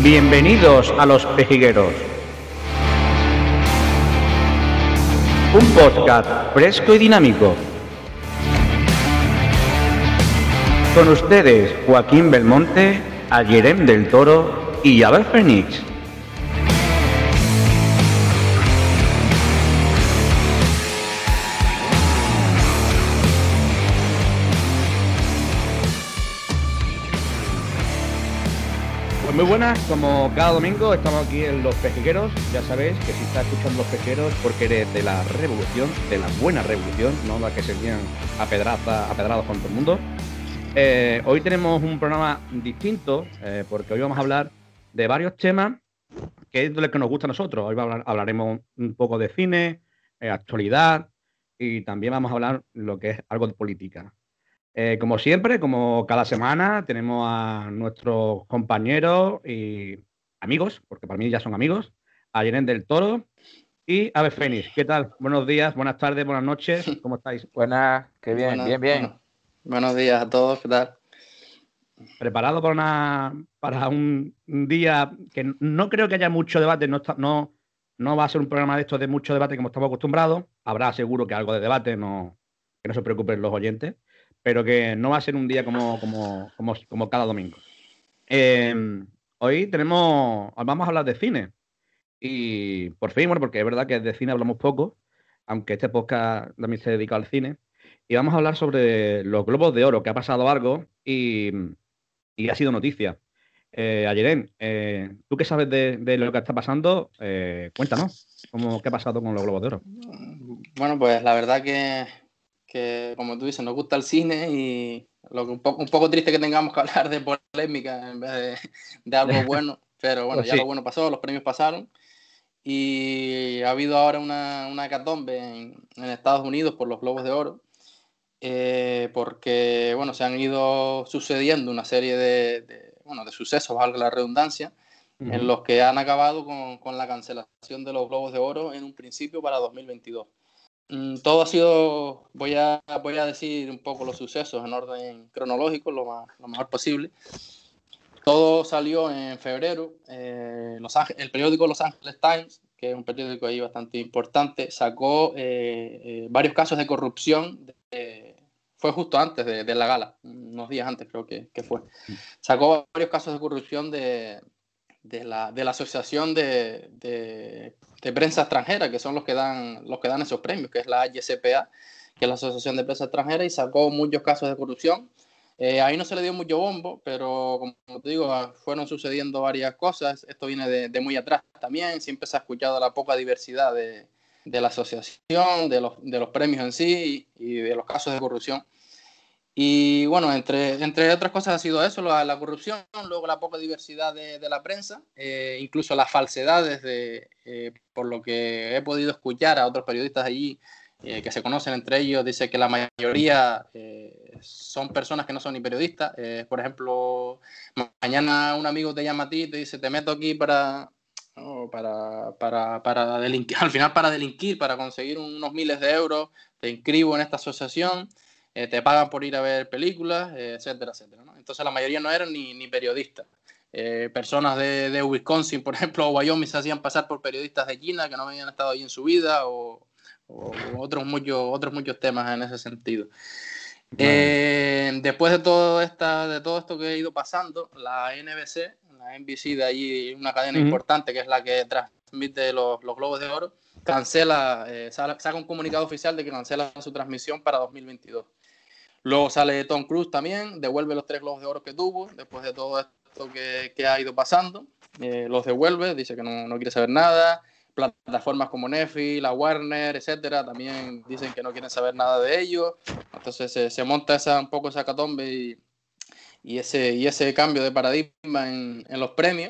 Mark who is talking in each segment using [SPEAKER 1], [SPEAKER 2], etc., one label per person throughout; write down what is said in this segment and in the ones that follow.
[SPEAKER 1] Bienvenidos a Los Pejigueros, un podcast fresco y dinámico. Con ustedes Joaquín Belmonte, Ayerem del Toro y Abel Fénix. Pues muy buenas, como cada domingo estamos aquí en Los Pejigueros. Ya sabéis que si estás escuchando Los Pejigueros porque eres de la revolución, de la buena revolución, no la que se lían apedrados con todo el mundo. Hoy tenemos un programa distinto porque hoy vamos a hablar de varios temas que es de los que nos gusta a nosotros. Hoy hablaremos un poco de cine, actualidad y también vamos a hablar lo que es algo de política. Como siempre, como cada semana, tenemos a nuestros compañeros y amigos, porque para mí ya son amigos, a Ayerem del Toro y Abel Fénix. ¿Qué tal? Buenos días, buenas tardes, buenas noches, ¿cómo estáis?
[SPEAKER 2] Buenas, qué bien, bien.
[SPEAKER 3] Bueno, buenos días a todos, ¿qué tal?
[SPEAKER 1] ¿Preparado para un día que no creo que haya mucho debate? No va a ser un programa de estos de mucho debate como estamos acostumbrados. Habrá seguro que algo de debate, que no se preocupen los oyentes, pero que no va a ser un día como cada domingo. Hoy vamos a hablar de cine. Y por fin, bueno, porque es verdad que de cine hablamos poco, aunque este podcast también se dedica al cine. Y vamos a hablar sobre los Globos de Oro, que ha pasado algo y ha sido noticia. Ayerem, ¿tú qué sabes de lo que está pasando? Cuéntanos, ¿qué ha pasado con los Globos de Oro?
[SPEAKER 3] Bueno, pues la verdad que como tú dices, nos gusta el cine y un poco triste que tengamos que hablar de polémica en vez de algo bueno, pero bueno,
[SPEAKER 1] Pues
[SPEAKER 3] ya
[SPEAKER 1] sí.
[SPEAKER 3] lo bueno pasó, los premios pasaron y ha habido ahora una hecatombe en Estados Unidos por los Globos de Oro, porque bueno, se han ido sucediendo una serie de sucesos, valga la redundancia, en los que han acabado con la cancelación de los Globos de Oro en un principio para 2022. Todo ha sido, voy a decir un poco los sucesos en orden cronológico, lo mejor posible. Todo salió en febrero. El periódico Los Angeles Times, que es un periódico ahí bastante importante, sacó varios casos de corrupción. Fue justo antes de la gala, unos días antes creo que fue. Sacó varios casos de corrupción de la Asociación de Prensa Extranjera, que son los que dan esos premios, que es la AYCPA, que es la Asociación de Prensa Extranjera, y sacó muchos casos de corrupción. Ahí no se le dio mucho bombo, pero como te digo, fueron sucediendo varias cosas. Esto viene de muy atrás también. Siempre se ha escuchado la poca diversidad de la asociación, de los premios en sí y de los casos de corrupción. Y bueno, entre otras cosas ha sido eso, la corrupción, luego la poca diversidad de la prensa, incluso las falsedades, por lo que he podido escuchar a otros periodistas allí que se conocen entre ellos, dice que la mayoría son personas que no son ni periodistas. Por ejemplo, mañana un amigo te llama a ti y te dice, te meto aquí para delinquir, al final para delinquir, para conseguir unos miles de euros, te inscribo en esta asociación. Te pagan por ir a ver películas, etcétera, etcétera, ¿no? Entonces la mayoría no eran ni periodistas. Personas de Wisconsin, por ejemplo, o Wyoming se hacían pasar por periodistas de China que no habían estado ahí en su vida o otros muchos temas en ese sentido. Después de todo esto que ha ido pasando, la NBC de allí, una cadena importante que es la que transmite los Globos de Oro, saca un comunicado oficial de que cancela su transmisión para 2022. Luego sale Tom Cruise también, devuelve los 3 Globos de Oro que tuvo después de todo esto que ha ido pasando. Los devuelve, dice que no quiere saber nada. Plataformas como Netflix, la Warner, etcétera, también dicen que no quieren saber nada de ellos. Entonces se monta un poco esa hecatombe y ese cambio de paradigma en los premios.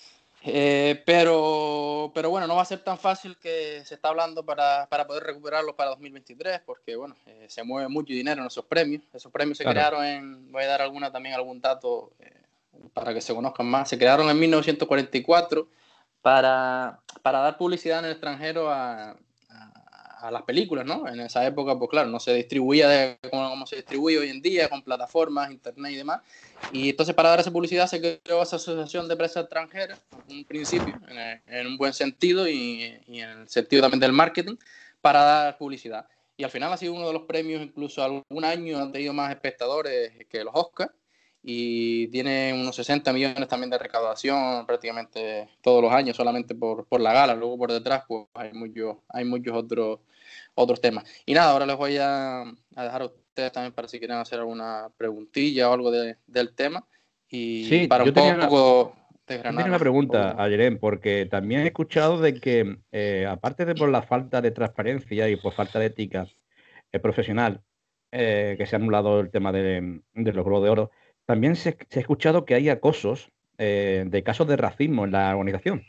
[SPEAKER 3] Pero bueno, no va a ser tan fácil que se está hablando para poder recuperarlos para 2023, porque bueno, se mueve mucho dinero en esos premios. Esos premios se crearon voy a dar algún dato para que se conozcan más. Se crearon en 1944 para dar publicidad en el extranjero a a las películas, ¿no? En esa época, pues claro, no se distribuía como se distribuye hoy en día, con plataformas, internet y demás. Y entonces para dar esa publicidad se creó esa asociación de prensa extranjera, en un principio, en un buen sentido y en el sentido también del marketing, para dar publicidad. Y al final ha sido uno de los premios, incluso algún año han tenido más espectadores que los Oscars. Y tiene unos 60 millones también de recaudación prácticamente todos los años, solamente por la gala. Luego por detrás pues hay muchos otros temas. Y nada, ahora les voy a dejar a ustedes también para si quieren hacer alguna preguntilla o algo del tema. Y
[SPEAKER 1] Sí,
[SPEAKER 3] para un poco
[SPEAKER 1] yo tenía
[SPEAKER 3] desgranar
[SPEAKER 1] una
[SPEAKER 3] un
[SPEAKER 1] pregunta,
[SPEAKER 3] poco.
[SPEAKER 1] Ayeren, porque también he escuchado de que, aparte de por la falta de transparencia y por falta de ética profesional, que se ha anulado el tema de los Globos de Oro, también se ha escuchado que hay acosos de casos de racismo en la organización.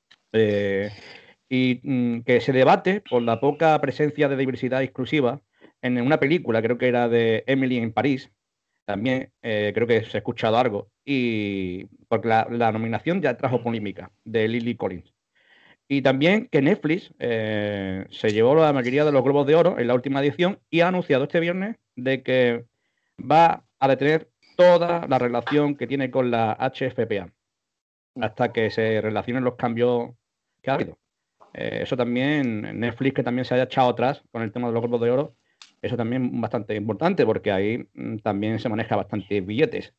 [SPEAKER 1] Que se debate por la poca presencia de diversidad exclusiva en una película, creo que era de Emily en París, también creo que se ha escuchado algo, y porque la nominación ya trajo polémica de Lily Collins. Y también que Netflix se llevó la mayoría de los Globos de Oro en la última edición y ha anunciado este viernes de que va a detener toda la relación que tiene con la HFPA hasta que se relacionen los cambios que ha habido. Eso también, Netflix que también se haya echado atrás con el tema de los Globos de Oro, eso también es bastante importante porque ahí también se maneja bastante billetes.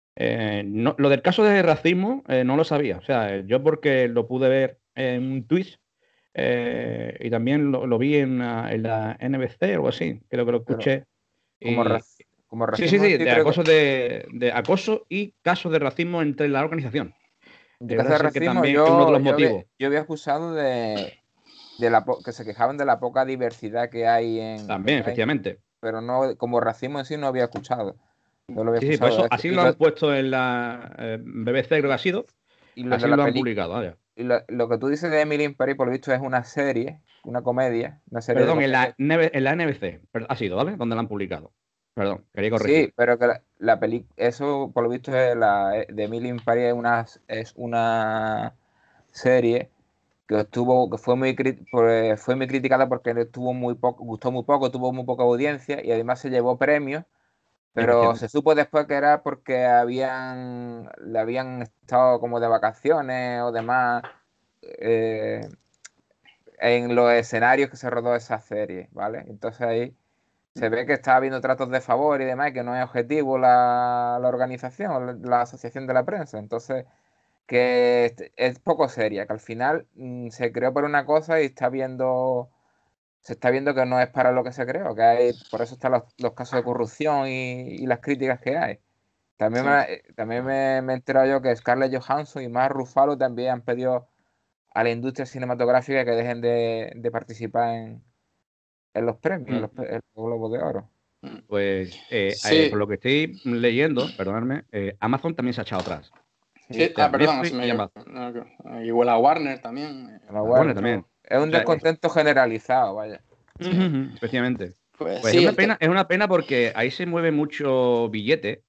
[SPEAKER 1] Lo del caso de racismo no lo sabía, o sea, yo porque lo pude ver en un tweet y también lo vi en la NBC o algo así, creo que lo
[SPEAKER 2] Pero
[SPEAKER 1] escuché.
[SPEAKER 2] como,
[SPEAKER 1] Y
[SPEAKER 2] como
[SPEAKER 1] sí, sí,
[SPEAKER 2] racismo,
[SPEAKER 1] sí,
[SPEAKER 2] sí
[SPEAKER 1] de
[SPEAKER 2] creo que
[SPEAKER 1] acoso de acoso y casos de racismo entre la organización.
[SPEAKER 2] en caso
[SPEAKER 1] Parece
[SPEAKER 2] de
[SPEAKER 1] ser que
[SPEAKER 2] racismo
[SPEAKER 1] también es uno de los
[SPEAKER 2] yo
[SPEAKER 1] motivos.
[SPEAKER 2] había acusado que se quejaban de la poca diversidad que hay en el
[SPEAKER 1] También,
[SPEAKER 2] país,
[SPEAKER 1] efectivamente.
[SPEAKER 2] pero no como racismo en sí no había escuchado. No lo había
[SPEAKER 1] Sí, sí, por
[SPEAKER 2] escuchado
[SPEAKER 1] eso
[SPEAKER 2] esto.
[SPEAKER 1] así lo han puesto en la BBC, creo que ha sido,
[SPEAKER 2] Y lo de
[SPEAKER 1] así
[SPEAKER 2] la
[SPEAKER 1] lo han
[SPEAKER 2] película.
[SPEAKER 1] publicado, vaya.
[SPEAKER 2] Y lo que tú dices de Emily in Paris, por lo visto, es una serie, una comedia, una serie de
[SPEAKER 1] Perdón,
[SPEAKER 2] comedia.
[SPEAKER 1] en la NBC ha sido, ¿vale? Donde lo han publicado. Perdón, quería
[SPEAKER 2] Sí,
[SPEAKER 1] corregir.
[SPEAKER 2] pero que la película, eso por lo visto es de Emily in Paris es una serie que fue fue muy criticada porque tuvo muy poco, gustó muy poco, tuvo muy poca audiencia y además se llevó premios, pero se
[SPEAKER 1] Efectivamente.
[SPEAKER 2] supo después que era porque le habían estado como de vacaciones o demás eh, en los escenarios que se rodó esa serie, ¿vale? Entonces ahí se ve que está habiendo tratos de favor y demás, y que no es objetivo la organización, la asociación de la prensa. Entonces, que es poco seria, que al final se creó por una cosa y se está viendo que no es para lo que se creó, que hay, por eso están los casos de corrupción y las críticas que hay. También,
[SPEAKER 3] Sí.
[SPEAKER 2] me he enterado yo que Scarlett Johansson y Mark Ruffalo también han pedido a la industria cinematográfica que dejen de participar en los premios,
[SPEAKER 1] Mm.
[SPEAKER 2] en los Globos de Oro.
[SPEAKER 1] Pues por
[SPEAKER 3] Sí,
[SPEAKER 1] lo que estoy leyendo, perdonadme, Amazon también se ha echado atrás.
[SPEAKER 2] Sí,
[SPEAKER 3] sí.
[SPEAKER 1] O sea,
[SPEAKER 3] Perdón,
[SPEAKER 1] Netflix y Amazon.
[SPEAKER 3] igual a Warner también.
[SPEAKER 2] la
[SPEAKER 1] La Warner
[SPEAKER 2] Warner.
[SPEAKER 1] también.
[SPEAKER 2] Es
[SPEAKER 1] O
[SPEAKER 2] un
[SPEAKER 1] sea,
[SPEAKER 2] descontento generalizado, vaya.
[SPEAKER 1] ujú,
[SPEAKER 3] Sí.
[SPEAKER 1] ujú, efectivamente.
[SPEAKER 3] Pues
[SPEAKER 1] Pues
[SPEAKER 3] sí,
[SPEAKER 1] es una pena porque ahí se mueve mucho billete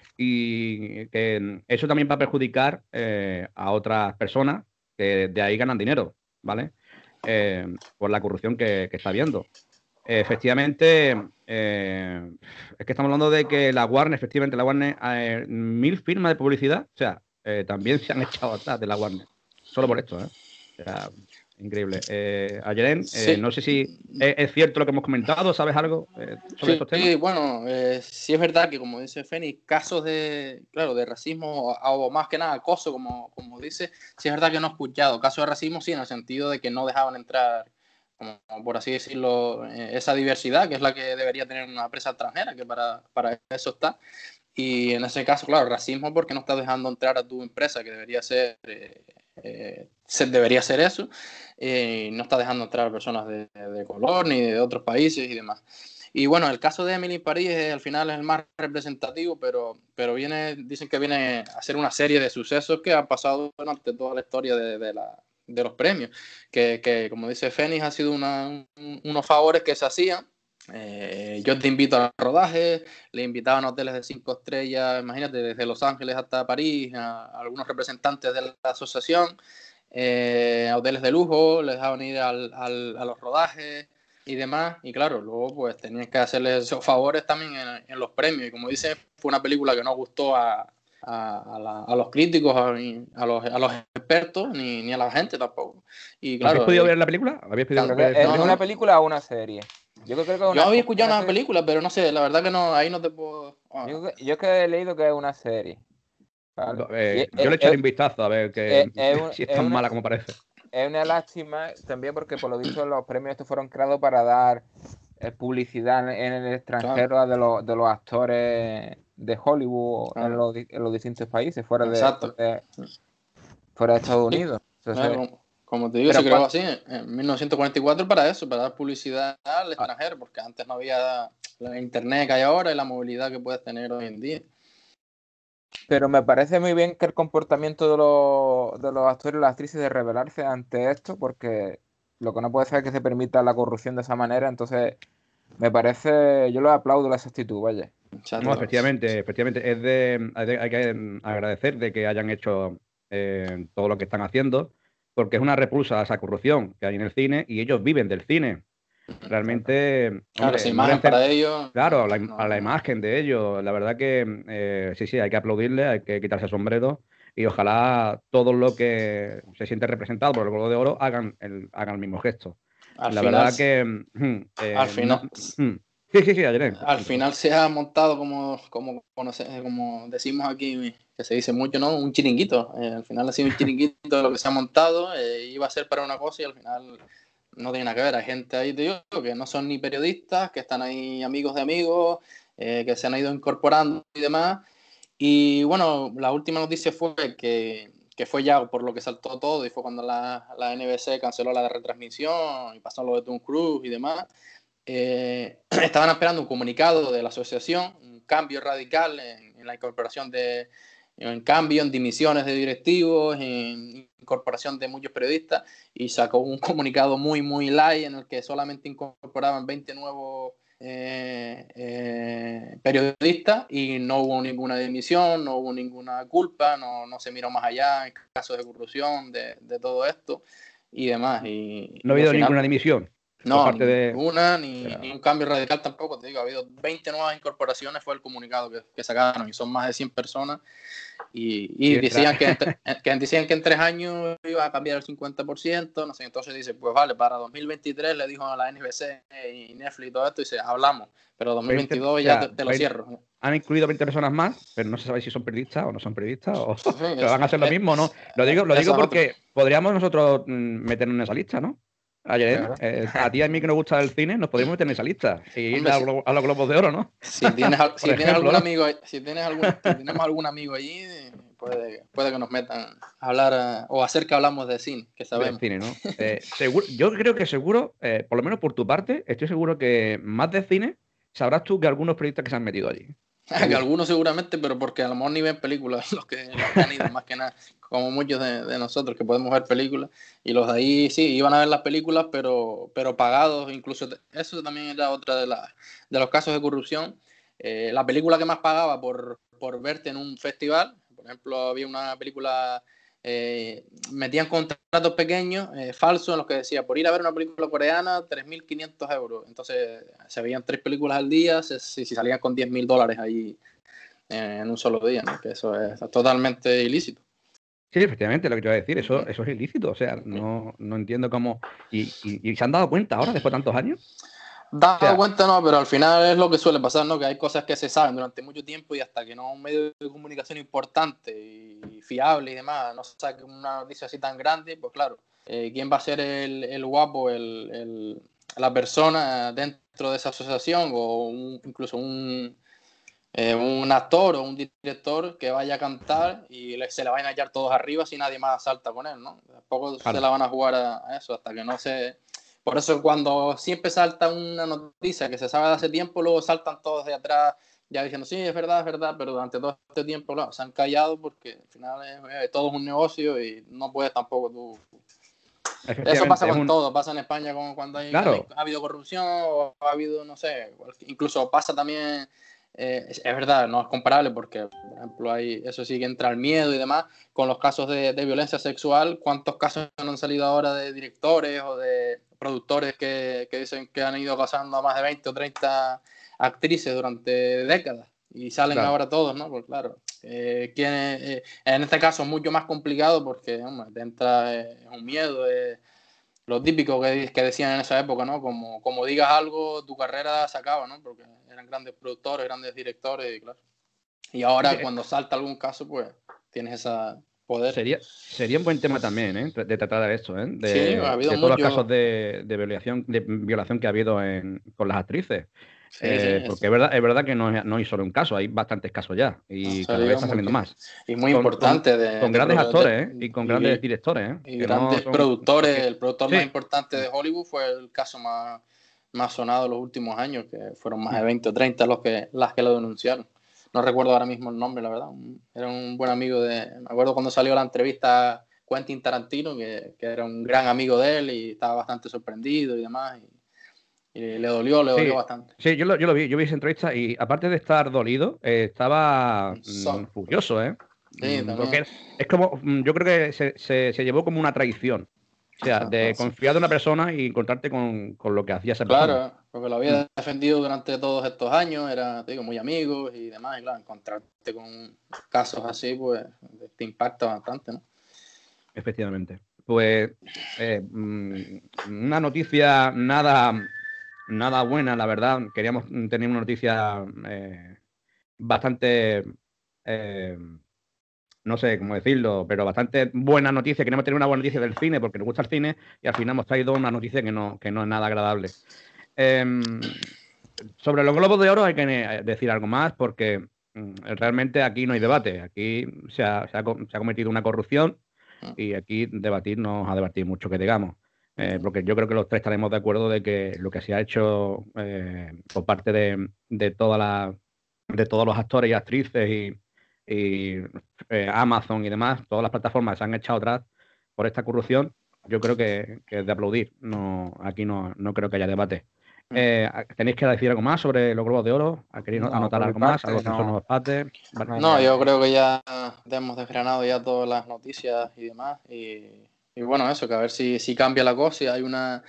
[SPEAKER 1] y que eso también va a perjudicar a otras personas que de ahí ganan dinero, ¿vale? Por la corrupción que está habiendo. Efectivamente, es que estamos hablando de que la Warner, efectivamente, la Warner, 1.000 firmas de publicidad, o sea, también se han echado atrás de la Warner, solo por esto, ¿eh? O sea, increíble. Ayeren,
[SPEAKER 3] sí.
[SPEAKER 1] no sé si es cierto lo que hemos comentado, ¿sabes algo sobre
[SPEAKER 3] Sí,
[SPEAKER 1] estos temas?
[SPEAKER 3] bueno, sí es verdad que como dice Fénix, casos claro, de racismo o más que nada acoso, como dice, sí es verdad que no he escuchado. Casos de racismo sí, en el sentido de que no dejaban entrar, como por así decirlo, esa diversidad que es la que debería tener una empresa extranjera, que para eso está. Y en ese caso, claro, racismo porque no estás dejando entrar a tu empresa, que debería debería ser eso, y no estás dejando entrar a personas de color ni de otros países y demás. Y bueno, el caso de Emily París al final es el más representativo, pero dicen que viene a ser una serie de sucesos que han pasado durante toda la historia de los premios, que como dice Fénix, ha sido unos favores que se hacían. Yo te invito al rodaje, le invitaban a hoteles de 5 estrellas, imagínate, desde Los Ángeles hasta París, a algunos representantes de la asociación, a hoteles de lujo, les dejaban ir a los rodajes, y demás, y claro, luego pues tenían que hacerle esos favores también en los premios, y como dice, fue una película que no gustó a los críticos, a los expertos, ni a la gente tampoco. Y
[SPEAKER 1] ¿Habéis
[SPEAKER 3] claro,
[SPEAKER 1] podido ver la película? ¿Habéis podido
[SPEAKER 2] Creo
[SPEAKER 1] ver?
[SPEAKER 2] que
[SPEAKER 3] no,
[SPEAKER 2] ¿es una película o una serie? Yo creo que
[SPEAKER 3] yo había
[SPEAKER 2] es
[SPEAKER 3] escuchado
[SPEAKER 2] una
[SPEAKER 3] una
[SPEAKER 2] serie.
[SPEAKER 3] película, pero no sé, la verdad que no, ahí no te puedo...
[SPEAKER 2] Yo que he leído que es una serie. ¿Vale?
[SPEAKER 1] Yo le echaré un vistazo a ver si es
[SPEAKER 2] es
[SPEAKER 1] tan
[SPEAKER 2] una,
[SPEAKER 1] mala como parece.
[SPEAKER 2] es una lástima también porque por lo visto los premios estos fueron creados para dar publicidad en el extranjero a de los actores de Hollywood
[SPEAKER 3] Claro.
[SPEAKER 2] en los distintos países fuera
[SPEAKER 3] Exacto.
[SPEAKER 2] fuera de Estados
[SPEAKER 3] Sí,
[SPEAKER 2] Unidos.
[SPEAKER 3] claro,
[SPEAKER 2] Entonces,
[SPEAKER 3] como te digo,
[SPEAKER 2] pero
[SPEAKER 3] se creó así en 1944 para eso, para dar publicidad al
[SPEAKER 1] Ah,
[SPEAKER 3] extranjero, porque antes no había la internet que hay ahora y la movilidad que puedes tener hoy en día.
[SPEAKER 2] Pero me parece muy bien que el comportamiento de los actores y las actrices de rebelarse ante esto, porque lo que no puede ser es que se permita la corrupción de esa manera. Entonces, me parece, yo lo aplaudo esa actitud, vaya.
[SPEAKER 1] no,
[SPEAKER 3] Exacto.
[SPEAKER 1] efectivamente, hay que agradecer de que hayan hecho todo lo que están haciendo, porque es una repulsa a esa corrupción que hay en el cine y ellos viven del cine.
[SPEAKER 3] Exacto.
[SPEAKER 1] Realmente,
[SPEAKER 3] Claro, esa
[SPEAKER 1] hombre, no
[SPEAKER 3] imagen
[SPEAKER 1] les...
[SPEAKER 3] para ellos,
[SPEAKER 1] Claro, a la
[SPEAKER 3] no.
[SPEAKER 1] imagen de ellos, la verdad que sí, hay que aplaudirle, hay que quitarse el sombrero y ojalá todos los que se sienten representados por el Globo de Oro hagan el mismo gesto.
[SPEAKER 3] Al
[SPEAKER 1] La
[SPEAKER 3] final,
[SPEAKER 1] verdad que
[SPEAKER 3] al
[SPEAKER 1] no...
[SPEAKER 3] final,
[SPEAKER 1] Sí, Adrián,
[SPEAKER 3] al
[SPEAKER 1] cuéntame.
[SPEAKER 3] final se ha montado como decimos aquí, que se dice mucho, ¿no? Un chiringuito. Al final ha sido un chiringuito de lo que se ha montado. Iba a ser para una cosa y al final no tiene nada que ver. Hay gente ahí, te digo, que no son ni periodistas, que están ahí amigos de amigos, que se han ido incorporando y demás. Y bueno, la última noticia fue que fue ya por lo que saltó todo y fue cuando la NBC canceló la retransmisión y pasó lo de Tom Cruise y demás. Estaban esperando un comunicado de la asociación, un cambio radical en la incorporación en cambio, en dimisiones de directivos, en incorporación de muchos periodistas, y sacó un comunicado muy light en el que solamente incorporaban 20 nuevos periodistas y no hubo ninguna dimisión, no hubo ninguna culpa, no se miró más allá en casos de corrupción, de todo esto y demás.
[SPEAKER 1] No ha
[SPEAKER 3] Y al
[SPEAKER 1] habido
[SPEAKER 3] final
[SPEAKER 1] ninguna dimisión por
[SPEAKER 3] no,
[SPEAKER 1] parte de...
[SPEAKER 3] ninguna,
[SPEAKER 1] o
[SPEAKER 3] ni
[SPEAKER 1] sea,
[SPEAKER 3] un cambio radical tampoco, te digo, ha habido 20 nuevas incorporaciones, fue el comunicado que sacaron, y son más de 100 personas, y
[SPEAKER 1] y entra-
[SPEAKER 3] decían que en 3 años iba a cambiar el 50%, no sé, entonces dice, pues vale, para 2023 le dijo a la NBC y Netflix y todo esto, dice, hablamos, pero
[SPEAKER 1] 20, o
[SPEAKER 3] 2022 ya
[SPEAKER 1] sea,
[SPEAKER 3] te lo cierro.
[SPEAKER 1] han incluido 20 personas más, pero no se sabe si son periodistas o no son periodistas o
[SPEAKER 3] En fin,
[SPEAKER 1] que van a hacer lo mismo o no. Lo digo
[SPEAKER 3] esa es otra.
[SPEAKER 1] porque podríamos nosotros meternos en esa lista, ¿no? Ayer,
[SPEAKER 3] Claro.
[SPEAKER 1] a ti y a mí que nos gusta el cine, nos podríamos meter en esa lista y ir
[SPEAKER 3] Hombre,
[SPEAKER 1] a los Globos de Oro, ¿no?
[SPEAKER 3] si tienes,
[SPEAKER 1] Por
[SPEAKER 3] si tienes
[SPEAKER 1] ejemplo,
[SPEAKER 3] algún
[SPEAKER 1] ¿no?
[SPEAKER 3] amigo, si tenemos algún amigo allí, puede que nos metan a hablar o hacer que hablamos de cine, que
[SPEAKER 1] Del
[SPEAKER 3] sabemos.
[SPEAKER 1] cine, ¿no? Seguro, yo creo que seguro, por lo menos por tu parte, estoy seguro que más de cine sabrás tú que algunos periodistas que se han metido allí.
[SPEAKER 3] Que
[SPEAKER 1] Seguro.
[SPEAKER 3] algunos seguramente, pero porque a lo mejor ni ven películas los que han ido más que nada, como muchos de nosotros que podemos ver películas, y los de ahí sí, iban a ver las películas, pero pagados, incluso eso también era otra de los casos de corrupción. La película que más pagaba por verte en un festival, por ejemplo, había una película, metían contratos pequeños, falsos, en los que decía, por ir a ver una película coreana, 3.500 euros. Entonces, se veían 3 películas al día, si salían con $10.000 ahí en un solo día, ¿no? Que eso es totalmente ilícito.
[SPEAKER 1] Sí, efectivamente, lo que te iba a decir, eso es ilícito, o sea, no entiendo cómo... Y se han dado cuenta ahora, después de tantos años? O
[SPEAKER 3] Dado
[SPEAKER 1] sea,
[SPEAKER 3] cuenta, no, pero al final es lo que suele pasar, ¿no? Que hay cosas que se saben durante mucho tiempo y hasta que no un medio de comunicación importante y fiable y demás no saque una noticia así tan grande, pues claro, ¿quién va a ser el guapo, la persona dentro de esa asociación o incluso un actor o un director que vaya a cantar y se le vayan a hallar todos arriba si nadie más salta con él, ¿no? Tampoco se
[SPEAKER 1] claro,
[SPEAKER 3] la van a jugar a eso hasta que no se... Por eso cuando siempre salta una noticia que se sabe de hace tiempo, luego saltan todos de atrás ya diciendo, sí, es verdad, pero durante todo este tiempo claro, se han callado porque al final todo es un negocio y no puedes tampoco tú... Eso pasa
[SPEAKER 1] efectivamente,
[SPEAKER 3] con todo, pasa en España cuando ha
[SPEAKER 1] Claro,
[SPEAKER 3] habido corrupción o ha habido, no sé, incluso pasa también es verdad, no es comparable porque, por ejemplo, eso sí que entra el miedo y demás. Con los casos de violencia sexual, ¿cuántos casos no han salido ahora de directores o de productores que dicen que han ido casando a más de 20 o 30 actrices durante décadas? Y salen ahora todos, ¿no? Pues claro, en este caso es mucho más complicado porque, hombre, te entra un miedo, lo típico que decían en esa época, ¿no? Como digas algo, tu carrera se acaba, ¿no? Porque eran grandes productores, grandes directores, y claro. Y ahora cuando salta algún caso, pues tienes ese poder.
[SPEAKER 1] Sería un buen tema también, ¿eh? De tratar de esto, ¿eh?
[SPEAKER 3] Sí, ha habido
[SPEAKER 1] de todos los casos de violación que ha habido con las actrices.
[SPEAKER 3] Sí,
[SPEAKER 1] porque es verdad que no hay solo un caso, hay bastantes casos ya y cada vez está saliendo más.
[SPEAKER 3] Y muy importante.
[SPEAKER 1] Con grandes actores y con grandes directores.
[SPEAKER 3] Y grandes productores.
[SPEAKER 1] Porque,
[SPEAKER 3] el productor más importante de Hollywood fue el caso más sonado de los últimos años, que fueron más de 20 o 30 las que lo denunciaron. No recuerdo ahora mismo el nombre, la verdad. Era un buen amigo me acuerdo cuando salió la entrevista a Quentin Tarantino, que era un gran amigo de él y estaba bastante sorprendido y demás. Y le dolió bastante.
[SPEAKER 1] Sí, yo lo vi esa entrevista y aparte de estar dolido, estaba furioso, ¿eh?
[SPEAKER 3] Sí,
[SPEAKER 1] porque es como, yo creo que se llevó como una traición. O sea, de confiar de una persona y encontrarte con lo que hacía esa persona.
[SPEAKER 3] Claro, porque lo había defendido durante todos estos años, era, te digo, muy amigos y demás, y claro, encontrarte con casos así, pues te impacta bastante, ¿no?
[SPEAKER 1] Efectivamente. Pues una noticia nada buena, la verdad. Queríamos tener una noticia bastante, no sé cómo decirlo, pero bastante buena noticia. Queremos tener una buena noticia del cine porque nos gusta el cine y al final hemos traído una noticia que no es nada agradable. Sobre los Globos de Oro hay que decir algo más porque realmente aquí no hay debate. Aquí se ha cometido una corrupción y aquí debatir no vamos a debatir mucho que digamos. Porque yo creo que los tres estaremos de acuerdo de que lo que se ha hecho por parte de todos los actores y actrices y Amazon y demás, todas las plataformas se han echado atrás por esta corrupción, yo creo que es de aplaudir. Aquí no creo que haya debate. ¿Tenéis que decir algo más sobre los Globos de Oro? ¿Queréis anotar algo más? ¿Algo que son los debates?
[SPEAKER 3] No, yo creo que ya hemos desgranado ya todas las noticias y demás. Y bueno, eso, que a ver si cambia la cosa. Si hay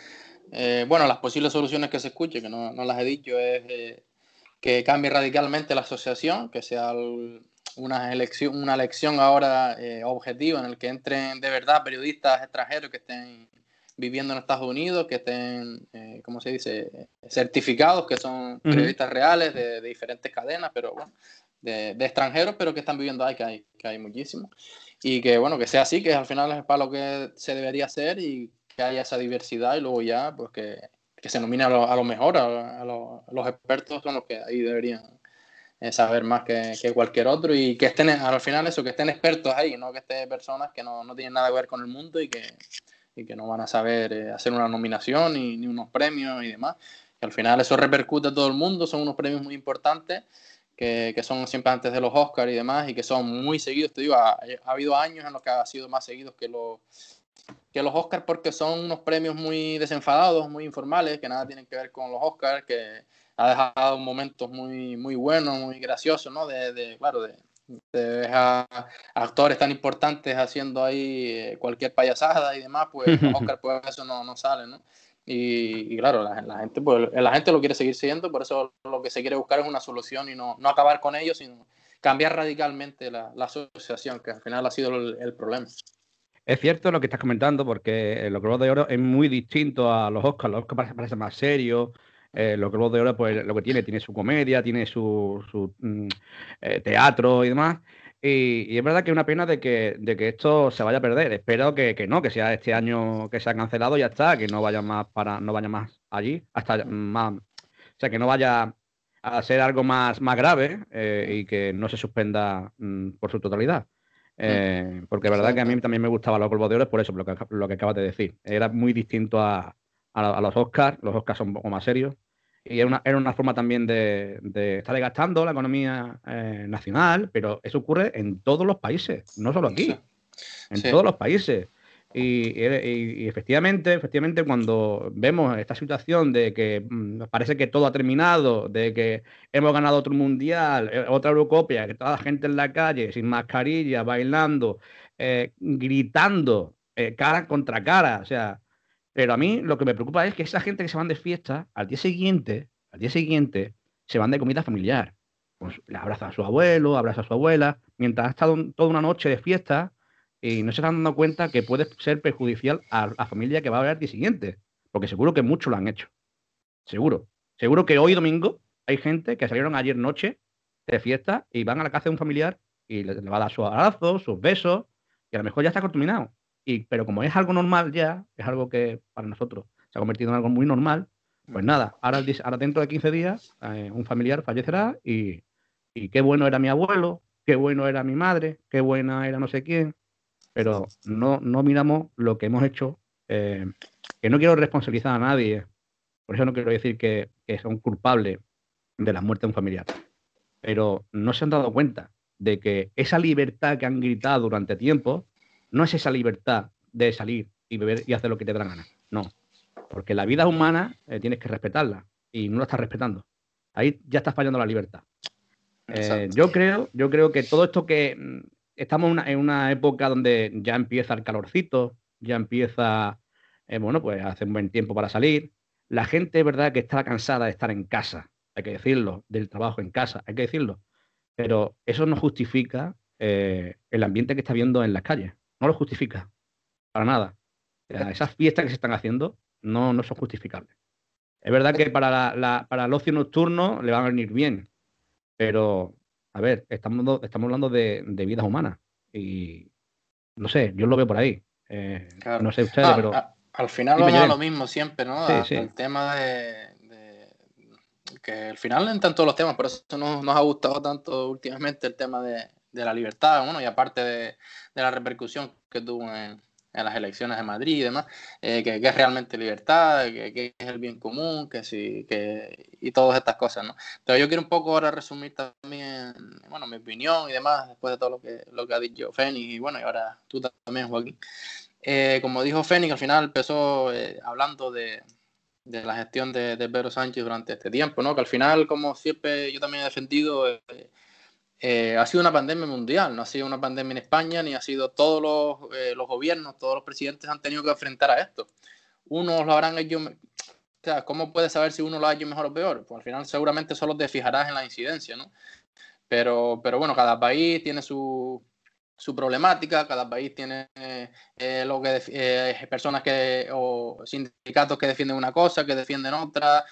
[SPEAKER 3] bueno, las posibles soluciones que se escuchen, que no las he dicho, es que cambie radicalmente la asociación, que sea una elección ahora objetiva en el que entren de verdad periodistas extranjeros que estén viviendo en Estados Unidos, que estén, ¿cómo se dice?, certificados, que son periodistas reales de diferentes cadenas, pero bueno, de extranjeros, pero que están viviendo ahí, que hay muchísimos. Y que, bueno, que sea así, que al final es para lo que se debería hacer y que haya esa diversidad y luego ya, pues que se nomine a lo mejor, a los expertos son los que ahí deberían saber más que cualquier otro y que estén, al final eso, que estén expertos ahí, no que estén personas que no tienen nada que ver con el mundo y que no van a saber hacer una nominación ni unos premios y demás. Que al final eso repercute a todo el mundo, son unos premios muy importantes que son siempre antes de los Oscars y demás y que son muy seguidos. Te digo, ha habido años en los que ha sido más seguidos que los Oscars porque son unos premios muy desenfadados, muy informales, que nada tienen que ver con los Oscars, que ha dejado momentos muy, muy buenos, muy graciosos, ¿no? Claro, de dejar actores tan importantes haciendo ahí cualquier payasada y demás, pues los Oscars pues eso no sale, ¿no? Y claro, la gente lo quiere seguir siguiendo, por eso lo que se quiere buscar es una solución y no acabar con ello, sino cambiar radicalmente la asociación, que al final ha sido el problema.
[SPEAKER 1] Es cierto lo que estás comentando, porque los Globos de Oro es muy distinto a los Oscars. Los Oscars parecen más serios. Los Globos de Oro, pues lo que tiene su comedia, tiene su teatro y demás. Y es verdad que es una pena de que esto se vaya a perder. Espero que sea este año que se ha cancelado y ya está, que no vaya más allí, hasta más. O sea, que no vaya a ser algo más grave y que no se suspenda por su totalidad. Porque es verdad que a mí también me gustaban los Globos de Oro, por eso, lo que acabas de decir. Era muy distinto a los Oscars. Los Oscars son un poco más serios. Y era una forma también de estar desgastando la economía nacional, pero eso ocurre en todos los países, no solo aquí, en todos los países. Y efectivamente, cuando vemos esta situación de que nos parece que todo ha terminado, de que hemos ganado otro mundial, otra Eurocopa, que toda la gente en la calle, sin mascarilla, bailando, gritando, cara contra cara, o sea, pero a mí lo que me preocupa es que esa gente que se van de fiesta, al día siguiente, se van de comida familiar. Pues le abraza a su abuelo, abraza a su abuela, mientras ha estado toda una noche de fiesta y no se están dando cuenta que puede ser perjudicial a la familia que va a ver al día siguiente, porque seguro que muchos lo han hecho, seguro. Seguro que hoy domingo hay gente que salieron ayer noche de fiesta y van a la casa de un familiar y le va a dar sus abrazos, sus besos, y a lo mejor ya está contaminado. Pero como es algo normal ya, es algo que para nosotros se ha convertido en algo muy normal, pues nada, ahora dentro de 15 días un familiar fallecerá y qué bueno era mi abuelo, qué bueno era mi madre, qué buena era no sé quién, pero no miramos lo que hemos hecho, que no quiero responsabilizar a nadie, por eso no quiero decir que son culpables de la muerte de un familiar, pero no se han dado cuenta de que esa libertad que han gritado durante tiempo no es esa libertad de salir y beber y hacer lo que te da la gana, no, porque la vida humana tienes que respetarla y no la estás respetando. Ahí ya estás fallando la libertad. Yo creo que todo esto que estamos en una época donde ya empieza el calorcito, ya empieza, bueno, pues hace un buen tiempo para salir. La gente es verdad que está cansada de estar en casa, hay que decirlo, del trabajo en casa, hay que decirlo. Pero eso no justifica el ambiente que está viendo en las calles. No lo justifica, para nada. O sea, esas fiestas que se están haciendo no son justificables. Es verdad que para el ocio nocturno le va a venir bien, pero, a ver, estamos hablando de vidas humanas y no sé, yo lo veo por ahí.
[SPEAKER 3] Claro.
[SPEAKER 1] No sé ustedes, pero
[SPEAKER 3] Al final
[SPEAKER 1] dime,
[SPEAKER 3] vamos a
[SPEAKER 1] Llorén.
[SPEAKER 3] lo mismo siempre, ¿no?
[SPEAKER 1] Sí, sí.
[SPEAKER 3] El tema de que al final entran todos los temas, por eso nos ha gustado tanto últimamente el tema de la libertad, bueno, y aparte de la repercusión que tuvo en las elecciones de Madrid y demás, que es realmente libertad, que es el bien común, que sí, y todas estas cosas, ¿no? Pero yo quiero un poco ahora resumir también, bueno, mi opinión y demás, después de todo lo que ha dicho Fénix, y bueno, y ahora tú también, Joaquín. Como dijo Fénix, al final empezó hablando de la gestión de Pedro Sánchez durante este tiempo, ¿no? Que al final, como siempre yo también he defendido, ha sido una pandemia mundial, no ha sido una pandemia en España, ni ha sido todos los gobiernos, todos los presidentes han tenido que enfrentar a esto. Unos lo habrán hecho, o sea, ¿cómo puedes saber si uno lo ha hecho mejor o peor? Pues al final seguramente solo te fijarás en la incidencia, ¿no? Pero bueno, cada país tiene su problemática, cada país tiene personas o sindicatos que defienden una cosa, que defienden otra.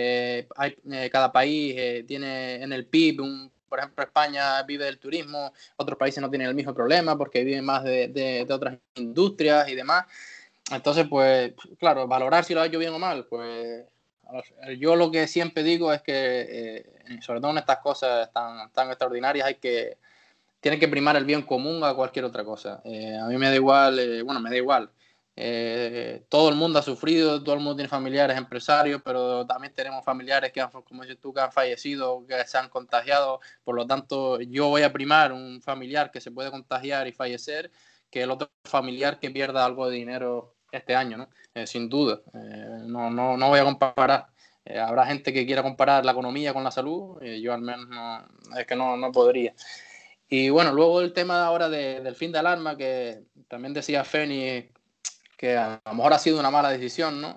[SPEAKER 3] Cada país tiene en el PIB, por ejemplo, España vive del turismo, otros países no tienen el mismo problema porque viven más de otras industrias y demás. Entonces, pues, claro, valorar si lo ha hecho bien o mal, pues yo lo que siempre digo es que, sobre todo en estas cosas tan extraordinarias, tiene que primar el bien común a cualquier otra cosa. A mí me da igual, me da igual. Todo el mundo ha sufrido, todo el mundo tiene familiares empresarios, pero también tenemos familiares como dices tú, que han fallecido, que se han contagiado. Por lo tanto, yo voy a primar un familiar que se puede contagiar y fallecer que el otro familiar que pierda algo de dinero este año, ¿no? Sin duda. No voy a comparar. Habrá gente que quiera comparar la economía con la salud. Yo al menos no podría. Y bueno, luego el tema ahora del fin de alarma, que también decía Feni, que a lo mejor ha sido una mala decisión, ¿no?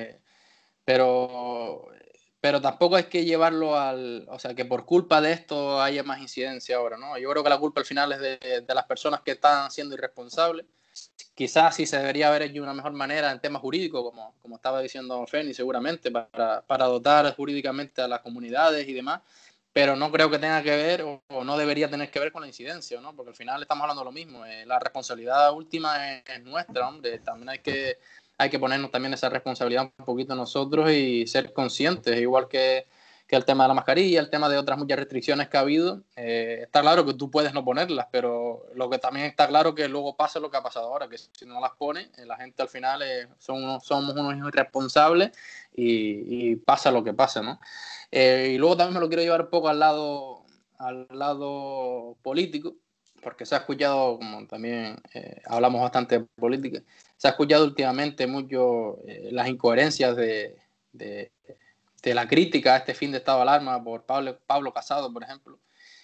[SPEAKER 3] Pero tampoco hay que llevarlo o sea, que por culpa de esto haya más incidencia ahora, ¿no? Yo creo que la culpa al final es de las personas que están siendo irresponsables. Quizás sí se debería haber hecho de una mejor manera en temas jurídicos, como estaba diciendo Feni, seguramente, para dotar jurídicamente a las comunidades y demás, pero no creo que tenga que ver o no debería tener que ver con la incidencia, ¿no? Porque al final estamos hablando de lo mismo. La responsabilidad última es nuestra, hombre. También hay que ponernos también esa responsabilidad un poquito nosotros y ser conscientes, igual que el tema de la mascarilla, el tema de otras muchas restricciones que ha habido. Está claro que tú puedes no ponerlas, pero lo que también está claro que luego pasa lo que ha pasado ahora, que si no las pone, la gente al final somos unos irresponsables y pasa lo que pasa, ¿no? Y luego también me lo quiero llevar un poco al lado político. porque se ha escuchado, como también hablamos bastante de política, se ha escuchado últimamente mucho las incoherencias de la crítica a este fin de estado de alarma por Pablo Casado, por ejemplo.